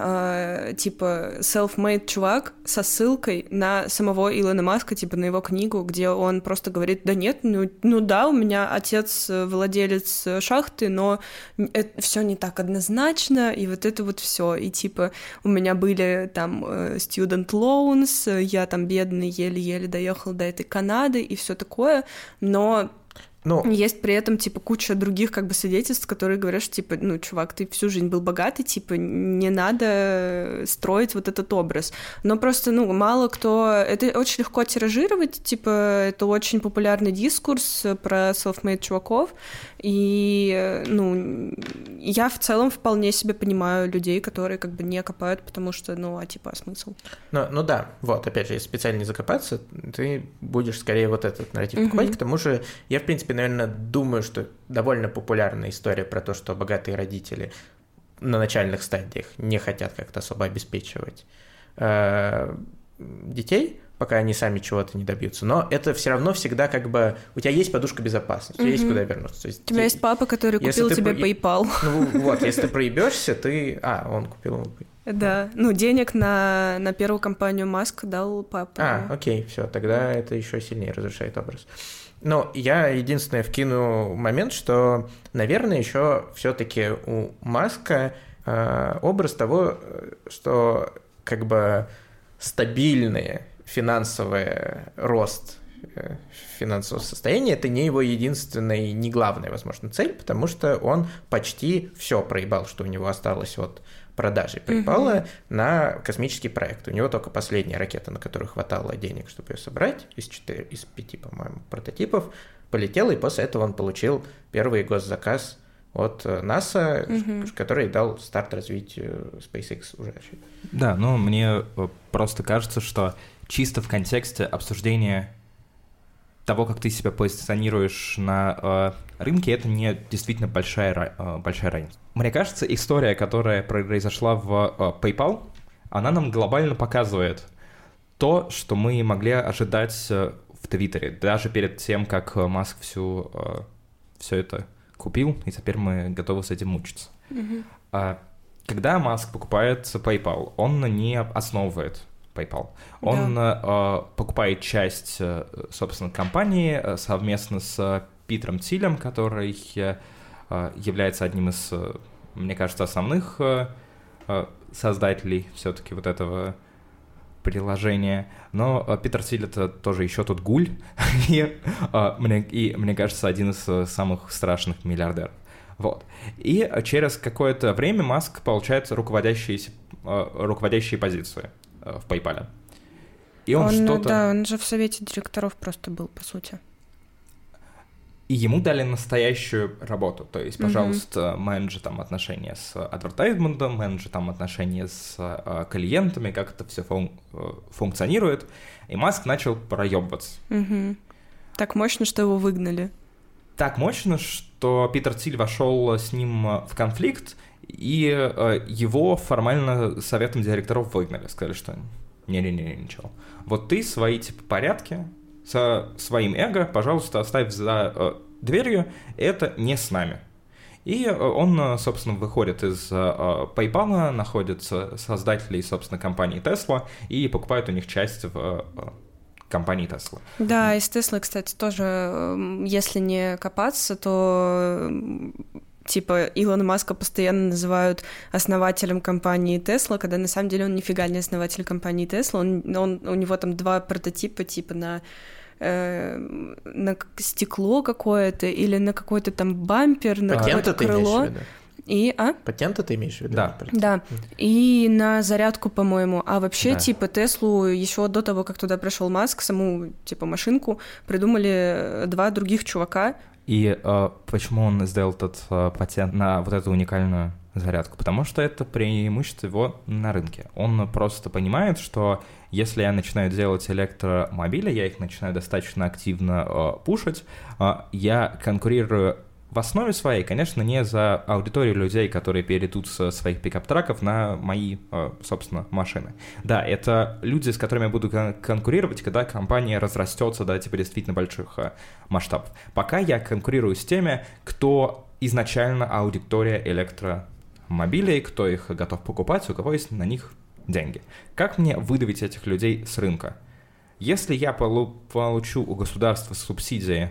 э, типа, self-made чувак со ссылкой на самого Илона Маска, типа, на его книгу, где он просто говорит, да нет, ну, ну да, у меня отец владелец шахты, но это все не так однозначно, и вот это вот все. И, типа, у меня У меня были там student loans, я там бедный еле-еле доехал до этой Канады и все такое, но Но... есть при этом, типа, куча других, как бы, свидетельств, которые говорят, что, типа, ну, чувак, ты всю жизнь был богатый, типа, не надо строить вот этот образ. Но просто, ну, мало кто... Это очень легко тиражировать, типа, это очень популярный дискурс про self-made чуваков, и, ну, я в целом вполне себе понимаю людей, которые, как бы, не копают, потому что, ну, а, типа, а смысл? Ну, ну да, вот, опять же, если специально не закопаться, ты будешь скорее вот этот нарратив mm-hmm. покупать, к тому же я, в принципе, наверное, думаю, что довольно популярная история про то, что богатые родители на начальных стадиях не хотят как-то особо обеспечивать э, детей, пока они сами чего-то не добьются. Но это все равно всегда как бы... У тебя есть подушка безопасности, у тебя mm-hmm. есть куда вернуться. То есть, у тебя есть папа, который купил тебе про... PayPal. Ну вот, если ты проебешься, ты... А, он купил... Да, ну денег на, на первую компанию Маск дал папа. А, окей, все, тогда это еще сильнее разрушает образ. Но я единственное вкину момент, что, наверное, еще все-таки у Маска э, образ того, что как бы стабильный финансовый рост э, финансового состояния – это не его единственная и не главная, возможно, цель, потому что он почти все проебал, что у него осталось от продажи PayPal mm-hmm. на космический проект. У него только последняя ракета, на которую хватало денег, чтобы ее собрать, из, четыре, из пяти, по-моему, прототипов, полетела, и после этого он получил первый госзаказ от НАСА, mm-hmm. который дал старт развитию SpaceX уже. Да, ну мне просто кажется, что чисто в контексте обсуждения того, как ты себя позиционируешь на э, рынке, это не действительно большая, э, большая разница. Мне кажется, история, которая произошла в э, PayPal, она нам глобально показывает то, что мы могли ожидать э, в Твиттере, даже перед тем, как Маск всю, э, все это купил, и теперь мы готовы с этим мучиться. Mm-hmm. А, когда Маск покупает PayPal, он не основывает PayPal. Он да. э, покупает часть, э, собственно, компании э, совместно с Питером Тилем, который э, является одним из, э, мне кажется, основных э, создателей все-таки вот этого приложения. Но э, Питер Тиль — это тоже еще тот гуль, и, э, мне, и, мне кажется, один из самых страшных миллиардеров. Вот. И через какое-то время Маск получает руководящие, э, руководящие позиции в PayPal. И он, он что-то... Да, он же в совете директоров просто был, по сути. И ему дали настоящую работу. То есть, пожалуйста, mm-hmm. менеджер там отношения с адвертайзментом, менеджер там отношения с э, клиентами, как это все фун- функционирует. И Маск начал проебываться. Mm-hmm. Так мощно, что его выгнали. Так мощно, что Питер Тиль вошел с ним в конфликт, и его формально советом директоров выгнали. Сказали, что не-не-не, ничего. Вот ты свои типа порядки со своим эго, пожалуйста, оставь за дверью, это не с нами. И он, собственно, выходит из PayPal, находит создателей, собственно, компании Tesla и покупает у них часть в компании Tesla. Да, из Tesla, кстати, тоже, если не копаться, то типа Илона Маска постоянно называют основателем компании Tesla, когда на самом деле он нифига не основатель компании Tesla, он, он, у него там два прототипа типа на э, на стекло какое-то или на какой-то там бампер, на какое-то крыло. И, а? Патенты ты имеешь в виду? Да. Да. И на зарядку, по-моему. А вообще, да. типа, Теслу еще до того, как туда пришел Маск, саму, типа, машинку придумали два других чувака. И э, почему он сделал этот э, патент на вот эту уникальную зарядку? Потому что это преимущество его на рынке. Он просто понимает, что если я начинаю делать электромобили, я их начинаю достаточно активно э, пушить, э, я конкурирую в основе своей, конечно, не за аудиторию людей, которые перейдут со своих пикап-траков на мои, собственно, машины. Да, это люди, с которыми я буду конкурировать, когда компания разрастется до типа действительно больших масштабов. Пока я конкурирую с теми, кто изначально аудитория электромобилей, кто их готов покупать, у кого есть на них деньги. Как мне выдавить этих людей с рынка? Если я получу у государства субсидии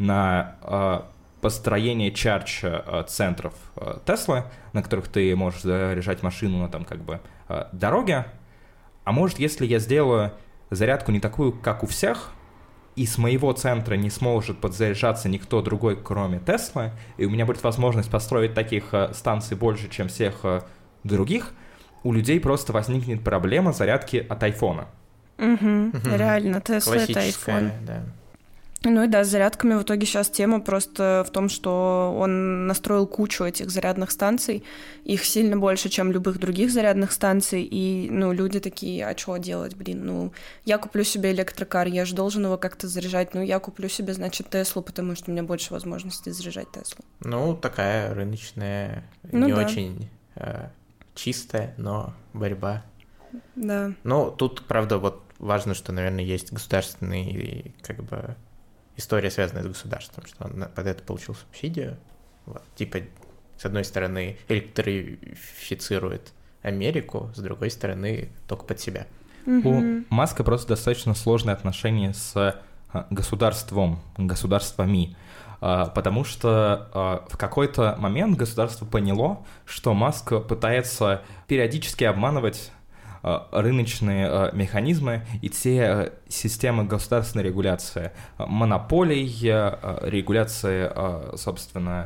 на построение чардж-центров Tesla, на которых ты можешь заряжать машину на там как бы дороге, а может, если я сделаю зарядку не такую, как у всех, и с моего центра не сможет подзаряжаться никто другой, кроме Tesla, и у меня будет возможность построить таких станций больше, чем всех других, у людей просто возникнет проблема зарядки от айфона. Угу, угу. Реально, Tesla — это айфон. Да. Ну и да, с зарядками в итоге сейчас тема просто в том, что он настроил кучу этих зарядных станций, их сильно больше, чем любых других зарядных станций, и, ну, люди такие, а что делать, блин, ну, я куплю себе электрокар, я же должен его как-то заряжать, ну, я куплю себе, значит, Теслу, потому что у меня больше возможностей заряжать Теслу. Ну, такая рыночная, ну, не да. очень э, чистая, но борьба. Да. Ну, тут, правда, вот важно, что, наверное, есть государственный, как бы, история, связанная с государством, что он под это получил субсидию. Вот. Типа, с одной стороны, электрифицирует Америку, с другой стороны, только под себя. Mm-hmm. У Маска просто достаточно сложные отношения с государством, государствами, потому что в какой-то момент государство поняло, что Маск пытается периодически обманывать рыночные механизмы и те системы государственной регуляции, монополий, регуляции, собственно,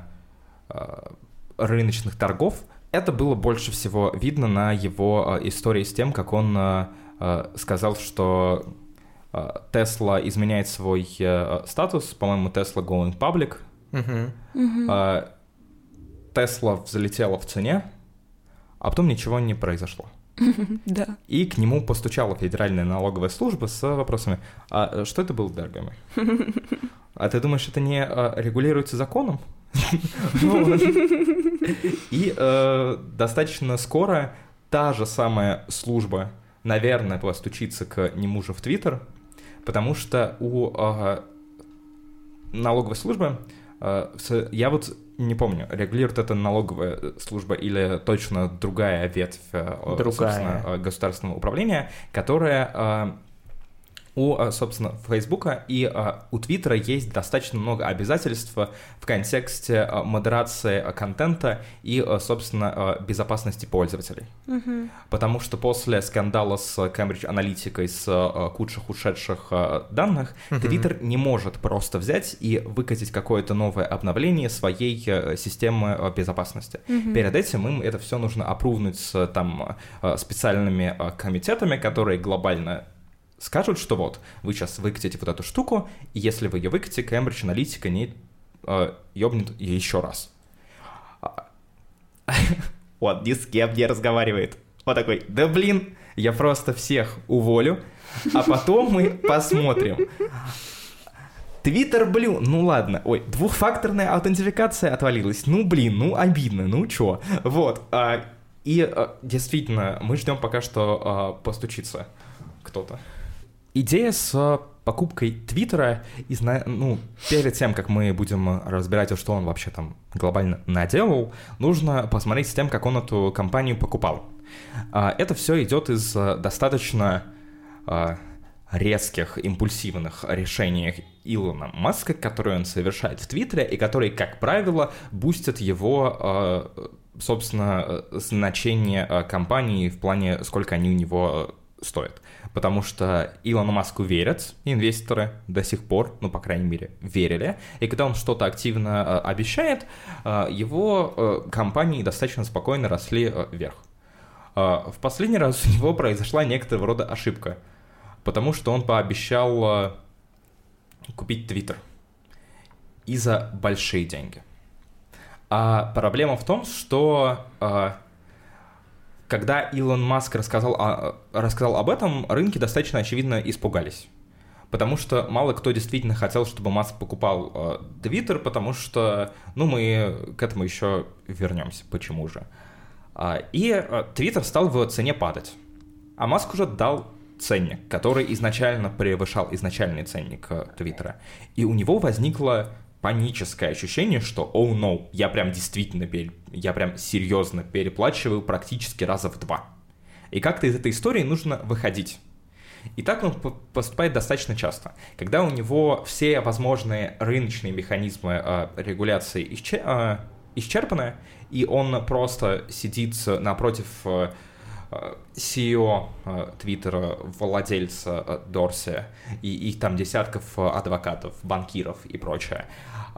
рыночных торгов. Это было больше всего видно на его истории с тем, как он сказал, что Tesla изменяет свой статус, по-моему, Tesla going public. Mm-hmm. Tesla взлетела в цене, а потом ничего не произошло. Да. И к нему постучала Федеральная налоговая служба с вопросами: а что это было, дорогой мой? А ты думаешь, это не регулируется законом? И достаточно скоро та же самая служба, наверное, постучится к нему же в Твиттер, потому что у налоговой службы, я вот не помню, регулирует это налоговая служба или точно другая ветвь другая. Государственного управления, которая у, собственно, Фейсбука и у Твиттера есть достаточно много обязательств в контексте модерации контента и, собственно, безопасности пользователей. Mm-hmm. Потому что после скандала с Cambridge Analytica, с кучах ушедших данных, mm-hmm. Твиттер не может просто взять и выкатить какое-то новое обновление своей системы безопасности. Mm-hmm. Перед этим им это все нужно опрувнуть с там, специальными комитетами, которые глобально скажут, что вот, вы сейчас выкатите вот эту штуку, и если вы ее выкатите, Cambridge Analytica не э, ёбнет ее еще раз. Вот, ни с кем не разговаривает. Вот такой: да блин, я просто всех уволю, а потом мы посмотрим. Твиттер Блю, ну ладно, ой, двухфакторная аутентификация отвалилась, ну блин, ну обидно, ну чё, вот, а, и а, действительно, мы ждем пока что а, постучится кто-то. Идея с покупкой Твиттера, ну, перед тем, как мы будем разбирать, что он вообще там глобально наделал, нужно посмотреть с тем, как он эту компанию покупал. А, это все идет из достаточно а, резких, импульсивных решений Илона Маска, которые он совершает в Твиттере, и которые, как правило, бустят его, собственно, значение компании в плане, сколько они у него стоят. Потому что Илону Маску верят инвесторы до сих пор, ну, по крайней мере, верили, и когда он что-то активно обещает, его компании достаточно спокойно росли вверх. В последний раз у него произошла некоторого рода ошибка, потому что он пообещал купить Твиттер и за большие деньги. А проблема в том, что а, когда Илон Маск рассказал, о, рассказал об этом, рынки достаточно очевидно испугались. Потому что мало кто действительно хотел, чтобы Маск покупал Твиттер, потому что, ну, мы к этому еще вернемся, почему же. А, и Твиттер стал в цене падать. А Маск уже дал ценник, который изначально превышал изначальный ценник Твиттера. И у него возникло паническое ощущение, что «Oh no, я прям действительно, пере... я прям серьезно переплачиваю практически раза в два». И как-то из этой истории нужно выходить. И так он поступает достаточно часто. Когда у него все возможные рыночные механизмы э, регуляции исчер... э, исчерпаны, и он просто сидит напротив э, си и о Твиттера, владельца Дорси, и их там десятков адвокатов, банкиров и прочее.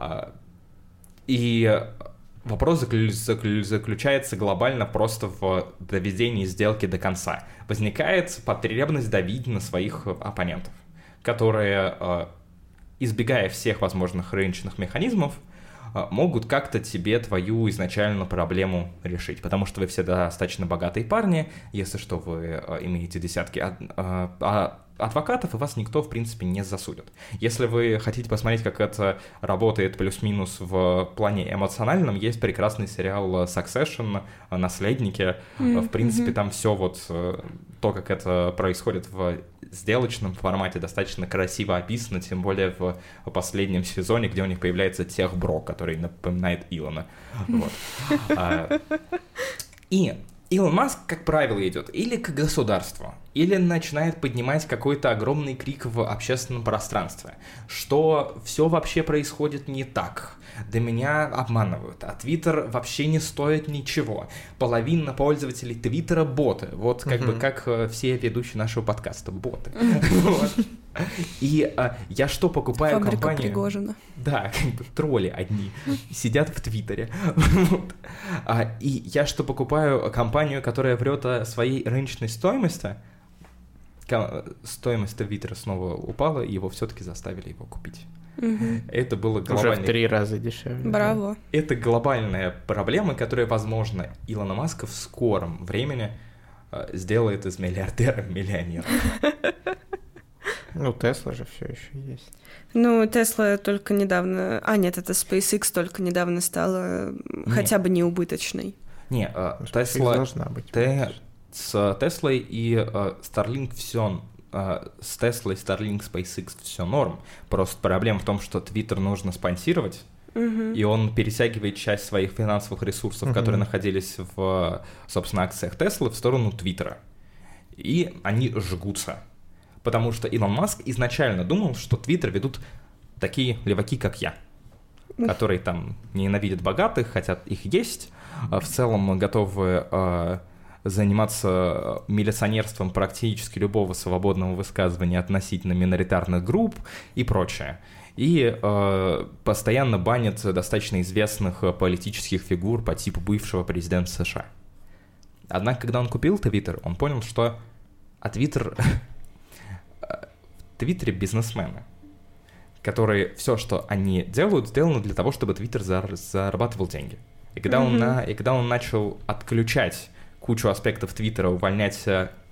И вопрос заключается глобально просто в доведении сделки до конца. Возникает потребность давить на своих оппонентов, которые, избегая всех возможных рыночных механизмов, могут как-то тебе твою изначальную проблему решить, потому что вы все достаточно богатые парни, если что, вы имеете десятки адвокатов, и вас никто, в принципе, не засудит. Если вы хотите посмотреть, как это работает плюс-минус в плане эмоциональном, есть прекрасный сериал Succession, «Наследники». Mm-hmm. В принципе, там все вот то, как это происходит в сделочном формате, достаточно красиво описано, тем более в последнем сезоне, где у них появляется техбро, который напоминает Илона. И Илон Маск, как правило, идет или к государству, или начинает поднимать какой-то огромный крик в общественном пространстве, что все вообще происходит не так, да меня обманывают, а Твиттер вообще не стоит ничего, половина пользователей Твиттера боты, вот как mm-hmm. бы как все ведущие нашего подкаста, боты. Mm-hmm. И а, я что, покупаю Фабрика компанию... Пригожина. Да, как бы тролли одни сидят в Твиттере. Вот. А, и я что, покупаю компанию, которая врет о своей рыночной стоимости? Стоимость Твиттера снова упала, и его все-таки заставили его купить. Угу. Это было глобальное... Уже в три раза дешевле. Браво. Да. Это глобальная проблема, которая, возможно, Илона Маска в скором времени э, сделает из миллиардера миллионера. Ну, Тесла же все еще есть. Ну, Тесла только недавно... А, нет, это SpaceX только недавно стала нет. хотя бы неубыточной. Не, Тесла... должна быть. Те... С Теслой и uh, Starlink все... Uh, с Теслой, Starlink, SpaceX все норм. Просто проблема в том, что Twitter нужно спонсировать, uh-huh. и он перетягивает часть своих финансовых ресурсов, uh-huh. которые находились в, собственно, акциях Теслы, в сторону Твиттера. И они жгутся. Потому что Илон Маск изначально думал, что Твиттер ведут такие леваки, как я, которые там ненавидят богатых, хотят их есть, в целом готовы э, заниматься милиционерством практически любого свободного высказывания относительно миноритарных групп и прочее. И э, постоянно банят достаточно известных политических фигур по типу бывшего президента США. Однако, когда он купил Твиттер, он понял, что а Твиттер... В Твиттере бизнесмены, которые все, что они делают, сделано для того, чтобы Твиттер зар- зарабатывал деньги. И когда, mm-hmm. он на, и когда он начал отключать кучу аспектов Твиттера, увольнять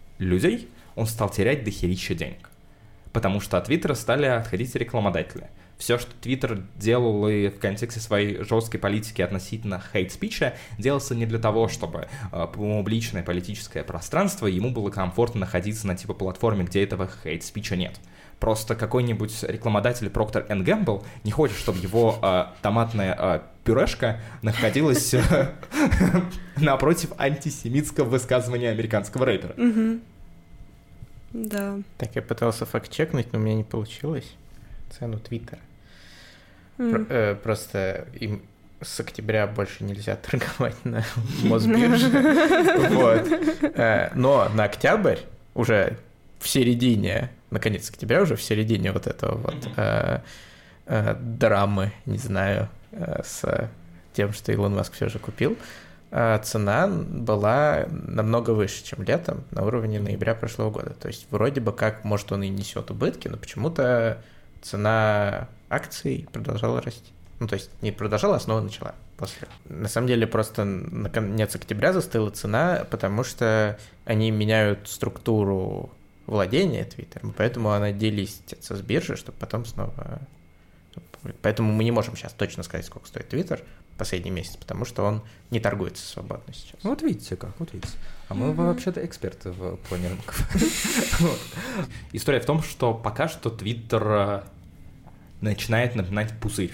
людей, он стал терять дохерища денег. Потому что от Твиттера стали отходить рекламодатели. Все, что Твиттер делал и в контексте своей жесткой политики относительно хейт-спича, делался не для того, чтобы э, публичное политическое пространство ему было комфортно находиться на типа платформе, где этого хейт-спича нет. Просто какой-нибудь рекламодатель Procter энд Gamble не хочет, чтобы его э, томатная э, пюрешка находилась э, напротив антисемитского высказывания американского рэпера. Угу. Да. Так, я пытался факт-чекнуть, но у меня не получилось. Цену Твиттера. Mm. Про, э, просто им с октября больше нельзя торговать на Мосбирже. Вот. Э, но на октябрь, уже в середине, наконец, октября уже в середине вот этого вот э, э, драмы, не знаю, э, с тем, что Илон Маск все же купил, э, цена была намного выше, чем летом, на уровне ноября прошлого года. То есть вроде бы как, может, он и несет убытки, но почему-то цена акций продолжала расти. Ну, то есть не продолжала, а снова начала после. На самом деле просто на конец октября застыла цена, потому что они меняют структуру владения Твиттером, поэтому она делистится с биржи, чтобы потом снова... Поэтому мы не можем сейчас точно сказать, сколько стоит Твиттер последний месяц, потому что он не торгуется свободно сейчас. Вот видите как, вот видите. А мы mm-hmm. вообще-то эксперты в плане рынков. История в том, что пока что Твиттер начинает напоминать пузырь.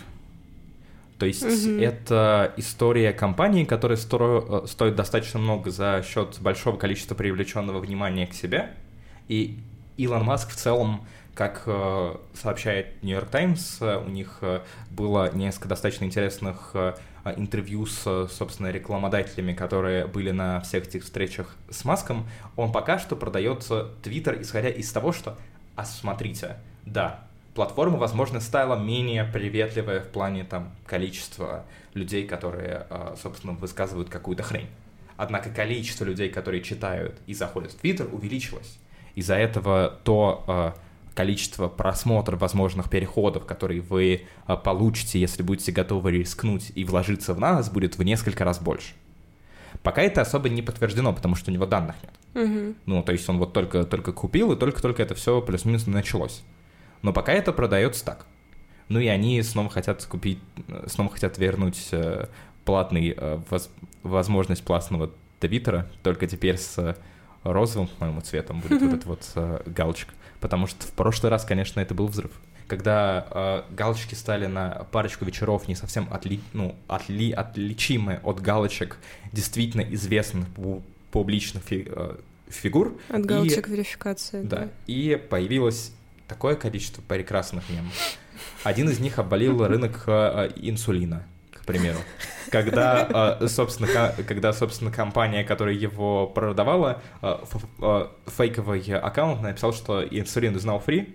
То есть mm-hmm. это история компании, которая стро... стоит достаточно много за счет большого количества привлеченного внимания к себе. И Илон Маск в целом, как э, сообщает Нью-Йорк Таймс, у них э, было несколько достаточно интересных э, интервью с, собственно, рекламодателями, которые были на всех этих встречах с Маском. Он пока что продается Твиттер, исходя из того, что, а смотрите, да, платформа, возможно, стала менее приветливая в плане там количества людей, которые, э, собственно, высказывают какую-то хрень. Однако количество людей, которые читают и заходят в Твиттер, увеличилось. Из-за этого то э, количество просмотров, возможных переходов, которые вы э, получите, если будете готовы рискнуть и вложиться в нас, будет в несколько раз больше. Пока это особо не подтверждено, потому что у него данных нет. Mm-hmm. Ну, то есть он вот только, только купил, и только-только это все плюс-минус началось. Но пока это продается так. Ну и они снова хотят купить, снова хотят вернуть э, платный, э, воз, возможность платного Твиттера, только теперь с розовым, по-моему, цветом будет вот эта вот э, галочка. Потому что в прошлый раз, конечно, это был взрыв. Когда э, галочки стали на парочку вечеров не совсем отли, ну, отли, отличимы от галочек действительно известных публичных фи, э, фигур. От галочек и, верификации. Да, да. и появилось такое количество прекрасных мемов. Один из них обвалил рынок э, инсулина, к примеру. Когда, э, собственно, когда, собственно, компания, которая его продавала, э, ф- э, фейковый аккаунт написал, что инсулин is now free,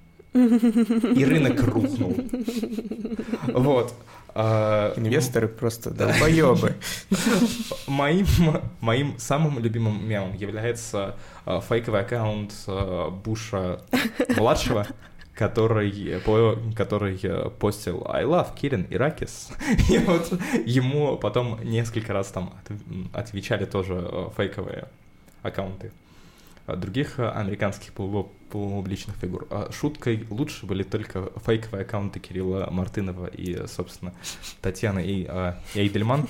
и рынок рухнул. Вот. Инвесторы просто долбоёбы. Моим, моим самым любимым мемом является э, фейковый аккаунт э, Буша-младшего, который, по, который постил «I love killing Iraqis». И вот ему потом несколько раз там от, отвечали тоже фейковые аккаунты других американских публичных фигур. Шуткой лучше были только фейковые аккаунты Кирилла Мартынова и, собственно, Татьяны и Эйдельман,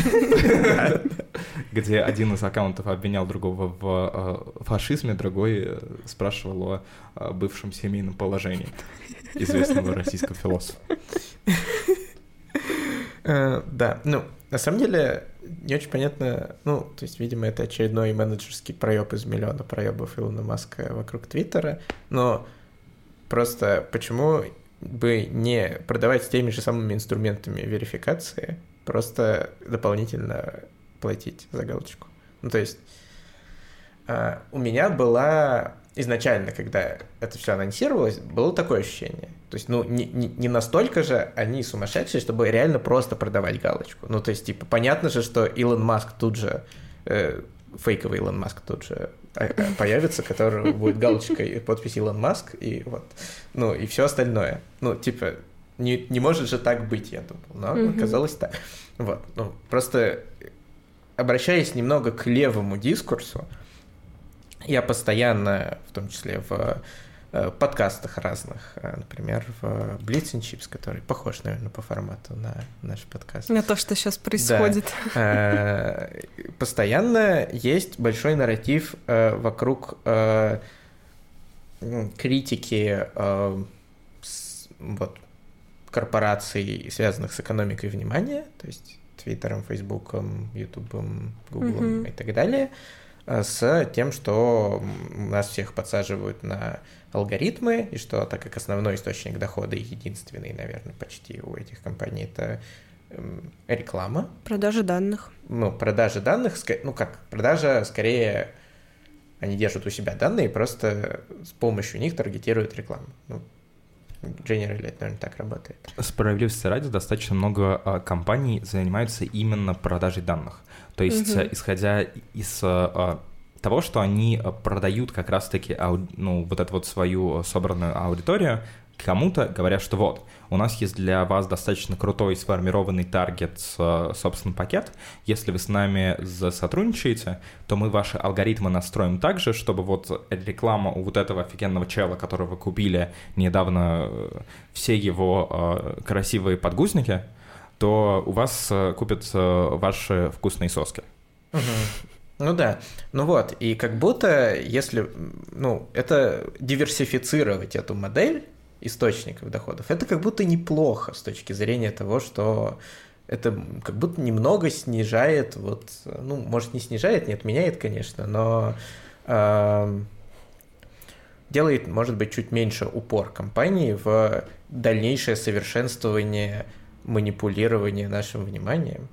где один из аккаунтов обвинял другого в фашизме, другой спрашивал о бывшем семейном положении известного российского философа. Да, ну, на самом деле, не очень понятно, ну, то есть, видимо, это очередной менеджерский проеб из миллиона проебов Илона Маска вокруг Твиттера, но просто почему бы не продавать с теми же самыми инструментами верификации, просто дополнительно платить за галочку. Ну, то есть, у меня была изначально, когда это все анонсировалось, было такое ощущение. То есть, ну, не, не, не настолько же они сумасшедшие, чтобы реально просто продавать галочку. Ну, то есть, типа, понятно же, что Илон Маск тут же, э, фейковый Илон Маск тут же появится, который будет галочкой и подпись Илон Маск, и вот, ну, и все остальное. Ну, типа, не, не может же так быть, я думал, но mm-hmm. оказалось так. Вот, ну, просто обращаясь немного к левому дискурсу, я постоянно, в том числе в подкастах разных. Например, в Blitz and Chips, который похож, наверное, по формату на наш подкаст. На то, что сейчас происходит. Да. Постоянно есть большой нарратив вокруг критики вот, корпораций, связанных с экономикой внимания, то есть Твиттером, Фейсбуком, Ютубом, Гуглом mm-hmm. и так далее, с тем, что нас всех подсаживают на алгоритмы, и что, так как основной источник дохода и единственный, наверное, почти у этих компаний, это эм, реклама. Продажа данных. Ну, продажа данных, ну как, продажа скорее, они держат у себя данные и просто с помощью них таргетируют рекламу. Ну, Generally, это, наверное, так работает. Справедливости ради, достаточно много а, компаний занимаются именно продажей данных. То есть, угу. исходя из а, того, что они продают как раз-таки ау, ну, вот эту вот свою собранную аудиторию, кому-то говорят, что вот, у нас есть для вас достаточно крутой сформированный таргет, собственно, пакет. Если вы с нами сотрудничаете, то мы ваши алгоритмы настроим так же, чтобы вот реклама у вот этого офигенного чела, которого вы купили недавно, все его красивые подгузники, то у вас купят ваши вкусные соски. Угу. Ну да, ну вот, и как будто, если, ну, это диверсифицировать эту модель источников доходов, это как будто неплохо с точки зрения того, что это как будто немного снижает, вот, ну, может, не снижает, не отменяет, конечно, но э, делает, может быть, чуть меньше упор компании в дальнейшее совершенствование манипулирования нашим вниманием.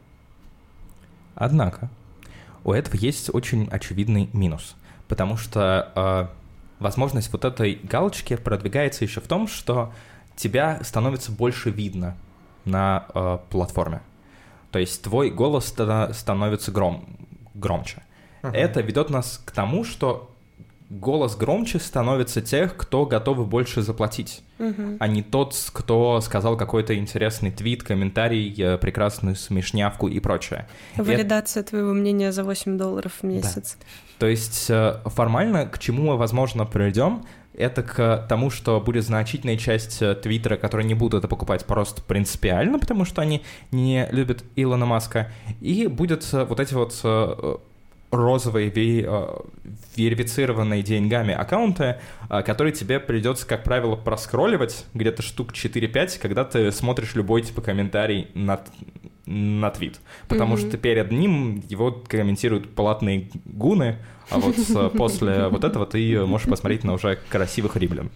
Однако у этого есть очень очевидный минус, потому что э, возможность вот этой галочки продвигается еще в том, что тебя становится больше видно на э, платформе. То есть твой голос тогда становится гром, громче. Uh-huh. Это ведет нас к тому, что голос громче становится тех, кто готовы больше заплатить, uh-huh. а не тот, кто сказал какой-то интересный твит, комментарий, прекрасную смешнявку и прочее. Валидация Это... твоего мнения за восемь долларов в месяц. Да. То есть формально к чему мы, возможно, придем, это к тому, что будет значительная часть Твиттера, которые не будут это покупать просто принципиально, потому что они не любят Илона Маска, и будет вот эти вот розовые верифицированные деньгами аккаунты, которые тебе придется, как правило, проскролливать где-то штук четыре-пять, когда ты смотришь любой типа комментарий на, на твит. Потому mm-hmm. что перед ним его комментируют платные гуны, а вот после вот этого ты можешь посмотреть на уже красивых римлян.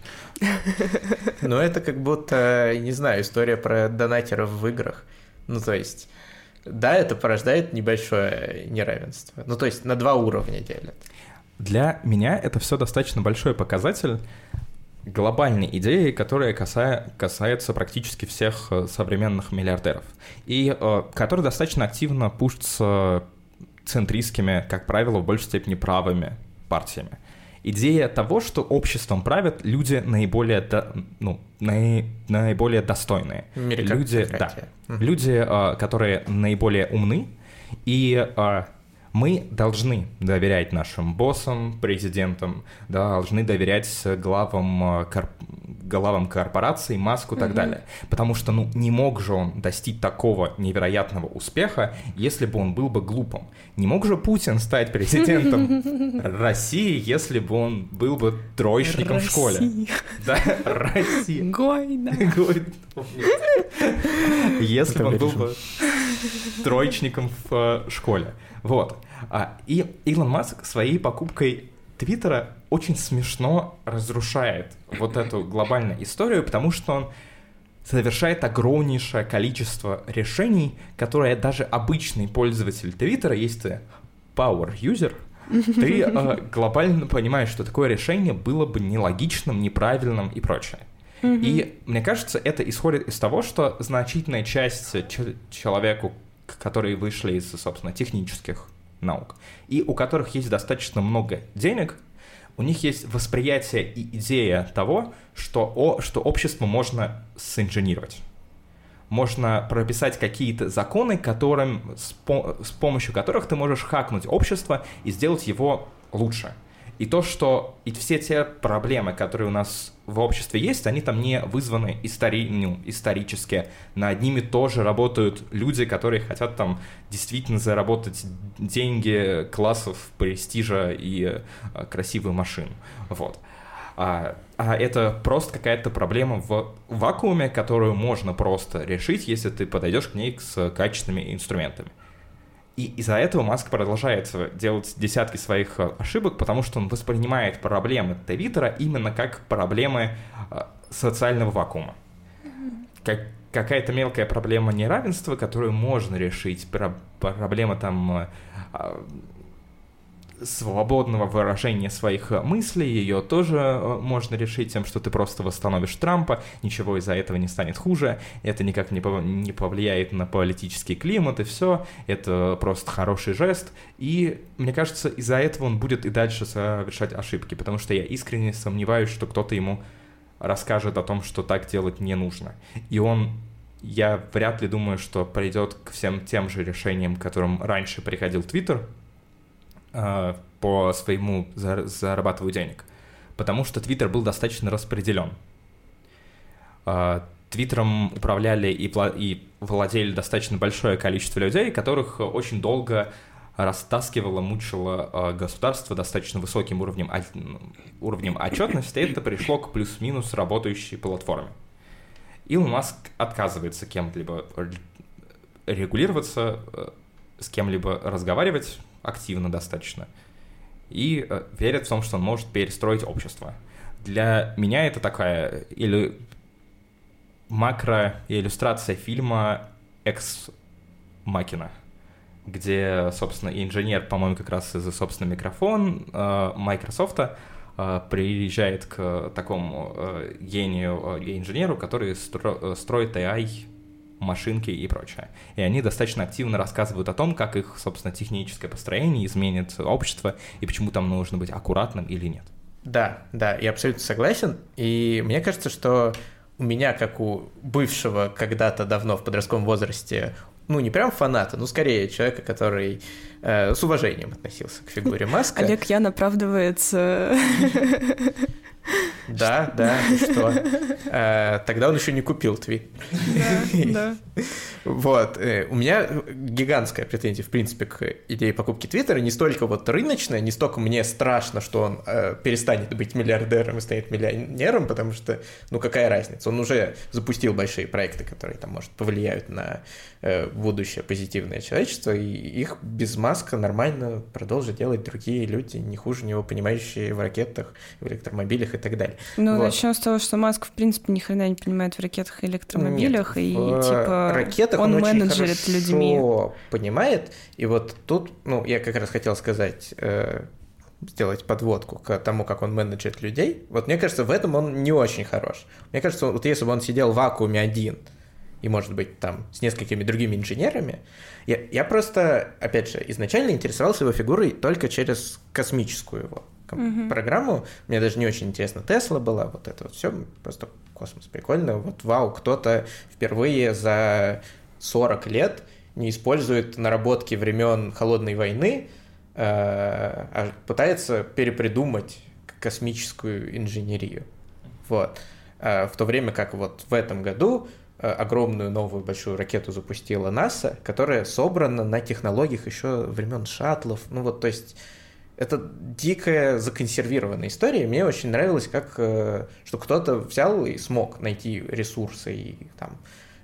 Ну, это как будто, не знаю, история про донатеров в играх. Ну, то есть... Да, это порождает небольшое неравенство. Ну, то есть на два уровня делят. Для меня это все достаточно большой показатель глобальной идеи, которая касая, касается практически всех современных миллиардеров. И э, которая достаточно активно пушится центристскими, как правило, в большей степени правыми партиями. Идея того, что обществом правят люди наиболее, до, ну, наи, наиболее достойные. Люди, да, угу. люди, которые наиболее умны, и мы должны доверять нашим боссам, президентам, да, должны доверять главам, корп... главам корпораций, Маску и так mm-hmm. далее. Потому что, ну, не мог же он достичь такого невероятного успеха, если бы он был бы глупым. Не мог же Путин стать президентом России, если бы он был бы троечником в школе. Да, Россия. Гойда. Если бы он был бы троечником в школе. Вот. И Илон Маск своей покупкой Твиттера очень смешно разрушает вот эту глобальную историю, потому что он совершает огромнейшее количество решений, которые даже обычный пользователь Твиттера, если ты power user, ты э, глобально понимаешь, что такое решение было бы нелогичным, неправильным и прочее. И мне кажется, это исходит из того, что значительная часть ч- человеку, которые вышли из, собственно, технических наук, и у которых есть достаточно много денег, у них есть восприятие и идея того, что, о, что общество можно синженировать. Можно прописать какие-то законы, которым, с, по, с помощью которых ты можешь хакнуть общество и сделать его лучше. И то, что и все те проблемы, которые у нас в обществе есть, они там не вызваны истори... ну, исторически. Над ними тоже работают люди, которые хотят там действительно заработать деньги, классов, престижа и а, красивую машину. Вот. А, а это просто какая-то проблема в вакууме, которую можно просто решить, если ты подойдешь к ней с качественными инструментами. И из-за этого Маск продолжает делать десятки своих ошибок, потому что он воспринимает проблемы Твиттера именно как проблемы социального вакуума. Как какая-то мелкая проблема неравенства, которую можно решить, проблема там свободного выражения своих мыслей, ее тоже можно решить тем, что ты просто восстановишь Трампа, ничего из-за этого не станет хуже, это никак не повлияет на политический климат, и все, это просто хороший жест, и мне кажется, из-за этого он будет и дальше совершать ошибки, потому что я искренне сомневаюсь, что кто-то ему расскажет о том, что так делать не нужно, и он, я вряд ли думаю, что придет к всем тем же решениям, к которым раньше приходил Твиттер, по своему зарабатыванию денег, потому что Твиттер был достаточно распределен. Твиттером управляли и, и владели достаточно большое количество людей, которых очень долго растаскивало, мучило государство достаточно высоким уровнем, уровнем отчетности, и это пришло к плюс-минус работающей платформе. Илон Маск отказывается кем-либо регулироваться, с кем-либо разговаривать, активно достаточно, и э, верит в том, что он может перестроить общество. Для меня это такая или макро-иллюстрация фильма «Экс Махина», где, собственно, инженер, по-моему, как раз из-за собственного микрофона э, Microsoft э, приезжает к такому э, гению э, инженеру, который стро- строит эй ай, машинки и прочее. И они достаточно активно рассказывают о том, как их, собственно, техническое построение изменит общество и почему там нужно быть аккуратным или нет. Да, да, я абсолютно согласен. И мне кажется, что у меня, как у бывшего когда-то давно в подростковом возрасте, ну, не прям фаната, но скорее человека, который э, с уважением относился к фигуре Маска. Олег Ян оправдывается. Да, да, что? А, тогда он еще не купил твит. Да, да. Вот. У меня гигантская претензия, в принципе, к идее покупки Твиттера. Не столько вот рыночная, не столько мне страшно, что он э, перестанет быть миллиардером и станет миллионером, потому что, ну, какая разница? Он уже запустил большие проекты, которые там, может, повлияют на э, будущее позитивное человечество, и их без Маска нормально продолжат делать другие люди, не хуже него, понимающие в ракетах, в электромобилях и так далее. Ну, вот. Начнем с того, что Маск, в принципе, ни хрена не понимает в ракетах и электромобилях, Нет, и, в типа, ракетах он, он менеджерит очень людьми. Хорошо понимает, и вот тут, ну, я как раз хотел сказать, э, сделать подводку к тому, как он менеджерит людей. Вот мне кажется, в этом он не очень хорош. Мне кажется, вот если бы он сидел в вакууме один, и, может быть, там, с несколькими другими инженерами, я, я просто, опять же, изначально интересовался его фигурой только через космическую его mm-hmm. программу. Мне даже не очень интересно Тесла была, вот это вот все, просто космос прикольно. Вот вау, кто-то впервые за сорок лет не использует наработки времен Холодной войны, э, а пытается перепридумать космическую инженерию. Вот. А в то время как вот в этом году огромную новую большую ракету запустила НАСА, которая собрана на технологиях еще времен шаттлов. Ну вот, то есть это дикая законсервированная история. Мне очень нравилось, как, что кто-то взял и смог найти ресурсы и там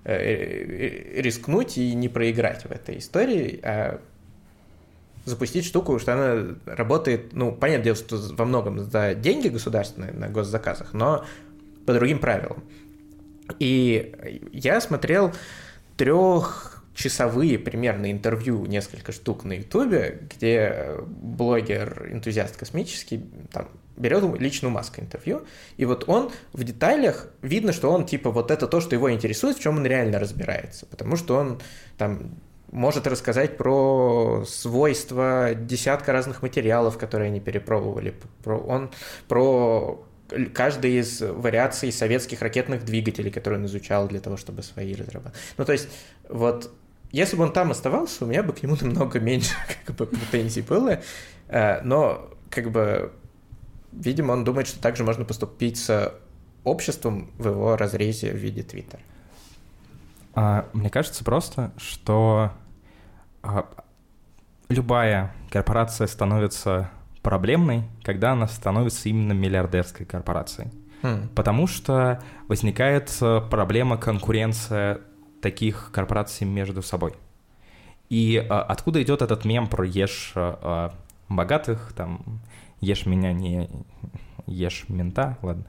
рискнуть и не проиграть в этой истории, а запустить штуку, что она работает, ну, понятное дело, что во многом за деньги государственные на госзаказах, но по другим правилам. И я смотрел трехчасовые примерно интервью, несколько штук на Ютубе, где блогер-энтузиаст космический там берет лично у Маска интервью, и вот он в деталях, видно, что он типа вот это то, что его интересует, в чем он реально разбирается, потому что он там может рассказать про свойства десятка разных материалов, которые они перепробовали, про, он про каждой из вариаций советских ракетных двигателей, которые он изучал для того, чтобы свои разрабатывать. Ну, то есть, вот, если бы он там оставался, у меня бы к нему намного меньше как бы, претензий было, но, как бы, видимо, он думает, что также можно поступить с обществом в его разрезе в виде Twitter. А, мне кажется просто, что а, любая корпорация становится проблемной, когда она становится именно миллиардерской корпорацией. Mm. Потому что возникает проблема конкуренции таких корпораций между собой. И а, откуда идет этот мем про ешь а, богатых, там, ешь меня, не ешь мента, ладно.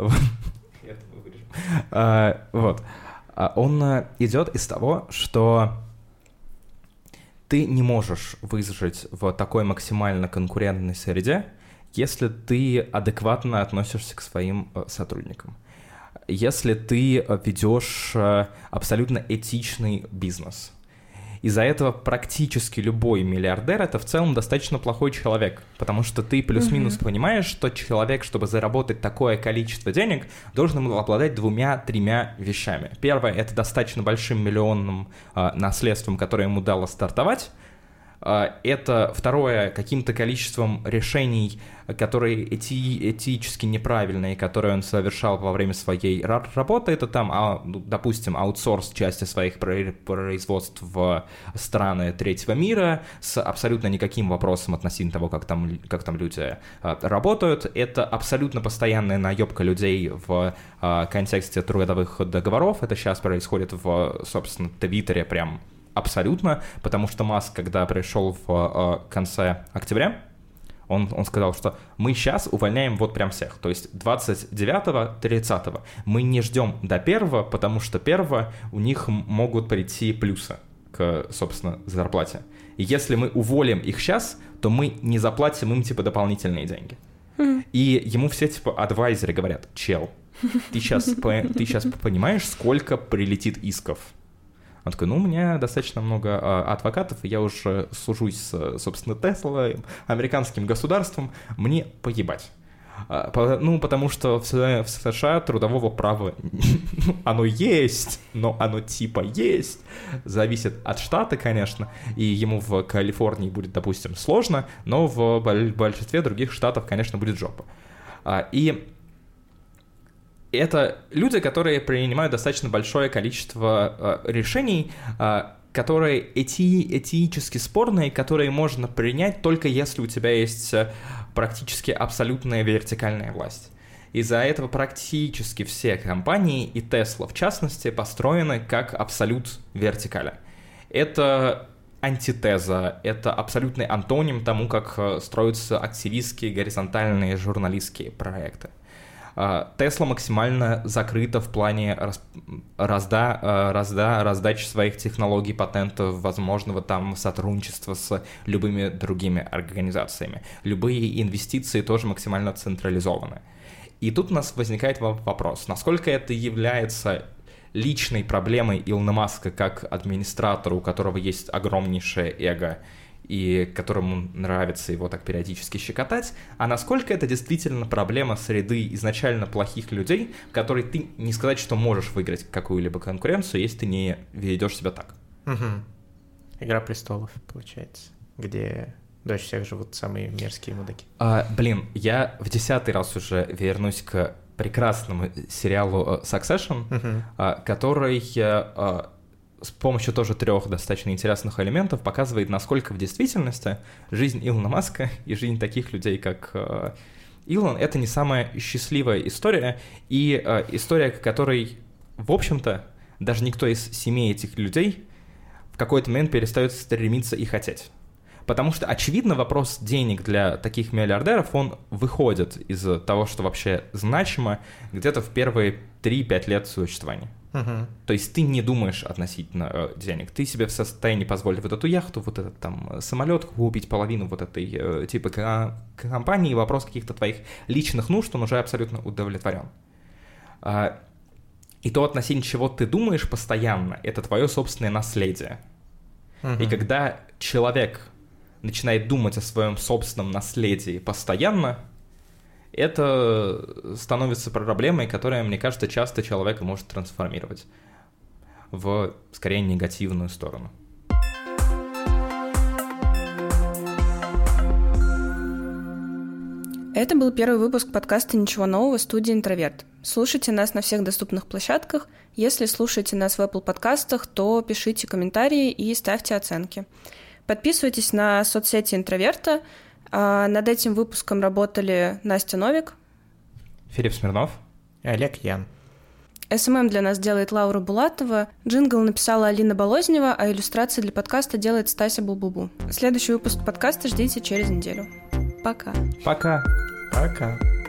Вот. Он идет из того, что ты не можешь выжить в такой максимально конкурентной среде, если ты адекватно относишься к своим сотрудникам. Если ты ведешь абсолютно этичный бизнес. Из-за этого практически любой миллиардер — это в целом достаточно плохой человек, потому что ты плюс-минус mm-hmm. понимаешь, что человек, чтобы заработать такое количество денег, должен обладать двумя-тремя вещами. Первое — это достаточно большим миллионным э, наследством, которое ему дало стартовать. Э, это второе — каким-то количеством решений, которые эти, этически неправильные, которые он совершал во время своей работы. Это там, а, допустим, аутсорс части своих производств в страны третьего мира с абсолютно никаким вопросом относительно того, как там, как там люди а, работают. Это абсолютно постоянная наебка людей в а, контексте трудовых договоров. Это сейчас происходит в, собственно, Твиттере прям абсолютно, потому что Маск, когда пришел в а, конце октября, Он, он сказал, что мы сейчас увольняем вот прям всех. То есть двадцать девятого тридцатого мы не ждем до первого, потому что первого у них могут прийти плюсы к, собственно, зарплате. И если мы уволим их сейчас, то мы не заплатим им, типа, дополнительные деньги. Mm. И ему все, типа, адвайзеры говорят: чел, ты сейчас, ты сейчас понимаешь, сколько прилетит исков? Он такой: ну, у меня достаточно много а, адвокатов, и я уже сужусь с, собственно, Теслой, американским государством, мне поебать. А, по, ну, потому что в, в США трудового права, оно есть, но оно типа есть, зависит от штата, конечно, и ему в Калифорнии будет, допустим, сложно, но в большинстве других штатов, конечно, будет жопа. А, и... Это люди, которые принимают достаточно большое количество э, решений, э, которые эти, этически спорные, которые можно принять только если у тебя есть практически абсолютная вертикальная власть. Из-за этого практически все компании, и Tesla в частности, построены как абсолют вертикаля. Это антитеза, это абсолютный антоним тому, как строятся активистские, горизонтальные журналистские проекты. Tesla максимально закрыта в плане раз, разда, разда, раздачи своих технологий, патентов, возможного там сотрудничества с любыми другими организациями. Любые инвестиции тоже максимально централизованы. И тут у нас возникает вопрос, насколько это является личной проблемой Илона Маска как администратора, у которого есть огромнейшее эго, и которому нравится его так периодически щекотать, а насколько это действительно проблема среды изначально плохих людей, в которой ты не сказать, что можешь выиграть какую-либо конкуренцию, если ты не ведешь себя так. Угу. Игра престолов, получается, где дольше всех живут самые мерзкие мудаки. А, блин, я в десятый раз уже вернусь к прекрасному сериалу Succession, угу. который... с помощью тоже трех достаточно интересных элементов показывает, насколько в действительности жизнь Илона Маска и жизнь таких людей, как э, Илон, это не самая счастливая история, и э, история, которой, в общем-то, даже никто из семей этих людей в какой-то момент перестает стремиться и хотеть. Потому что, очевидно, вопрос денег для таких миллиардеров, он выходит из того, что вообще значимо, где-то в первые три-пять лет существования. Uh-huh. То есть ты не думаешь относительно э, денег, ты себе в состоянии позволить вот эту яхту, вот этот там самолет, купить половину вот этой э, типа к- компании, и вопрос каких-то твоих личных нужд, он уже абсолютно удовлетворен. А, и то, относительно чего ты думаешь постоянно, это твое собственное наследие. Uh-huh. И когда человек начинает думать о своем собственном наследии постоянно, это становится проблемой, которая, мне кажется, часто человека может трансформировать в, скорее, негативную сторону. Это был первый выпуск подкаста «Ничего нового» студии «Интроверт». Слушайте нас на всех доступных площадках. Если слушаете нас в Apple подкастах, то пишите комментарии и ставьте оценки. Подписывайтесь на соцсети «Интроверта». А над этим выпуском работали Настя Новик, Филипп Смирнов и Олег Ян. эс эм эм для нас делает Лаура Булатова, джингл написала Алина Болознева, а иллюстрации для подкаста делает Стася Булбубу. Следующий выпуск подкаста ждите через неделю. Пока. Пока. Пока.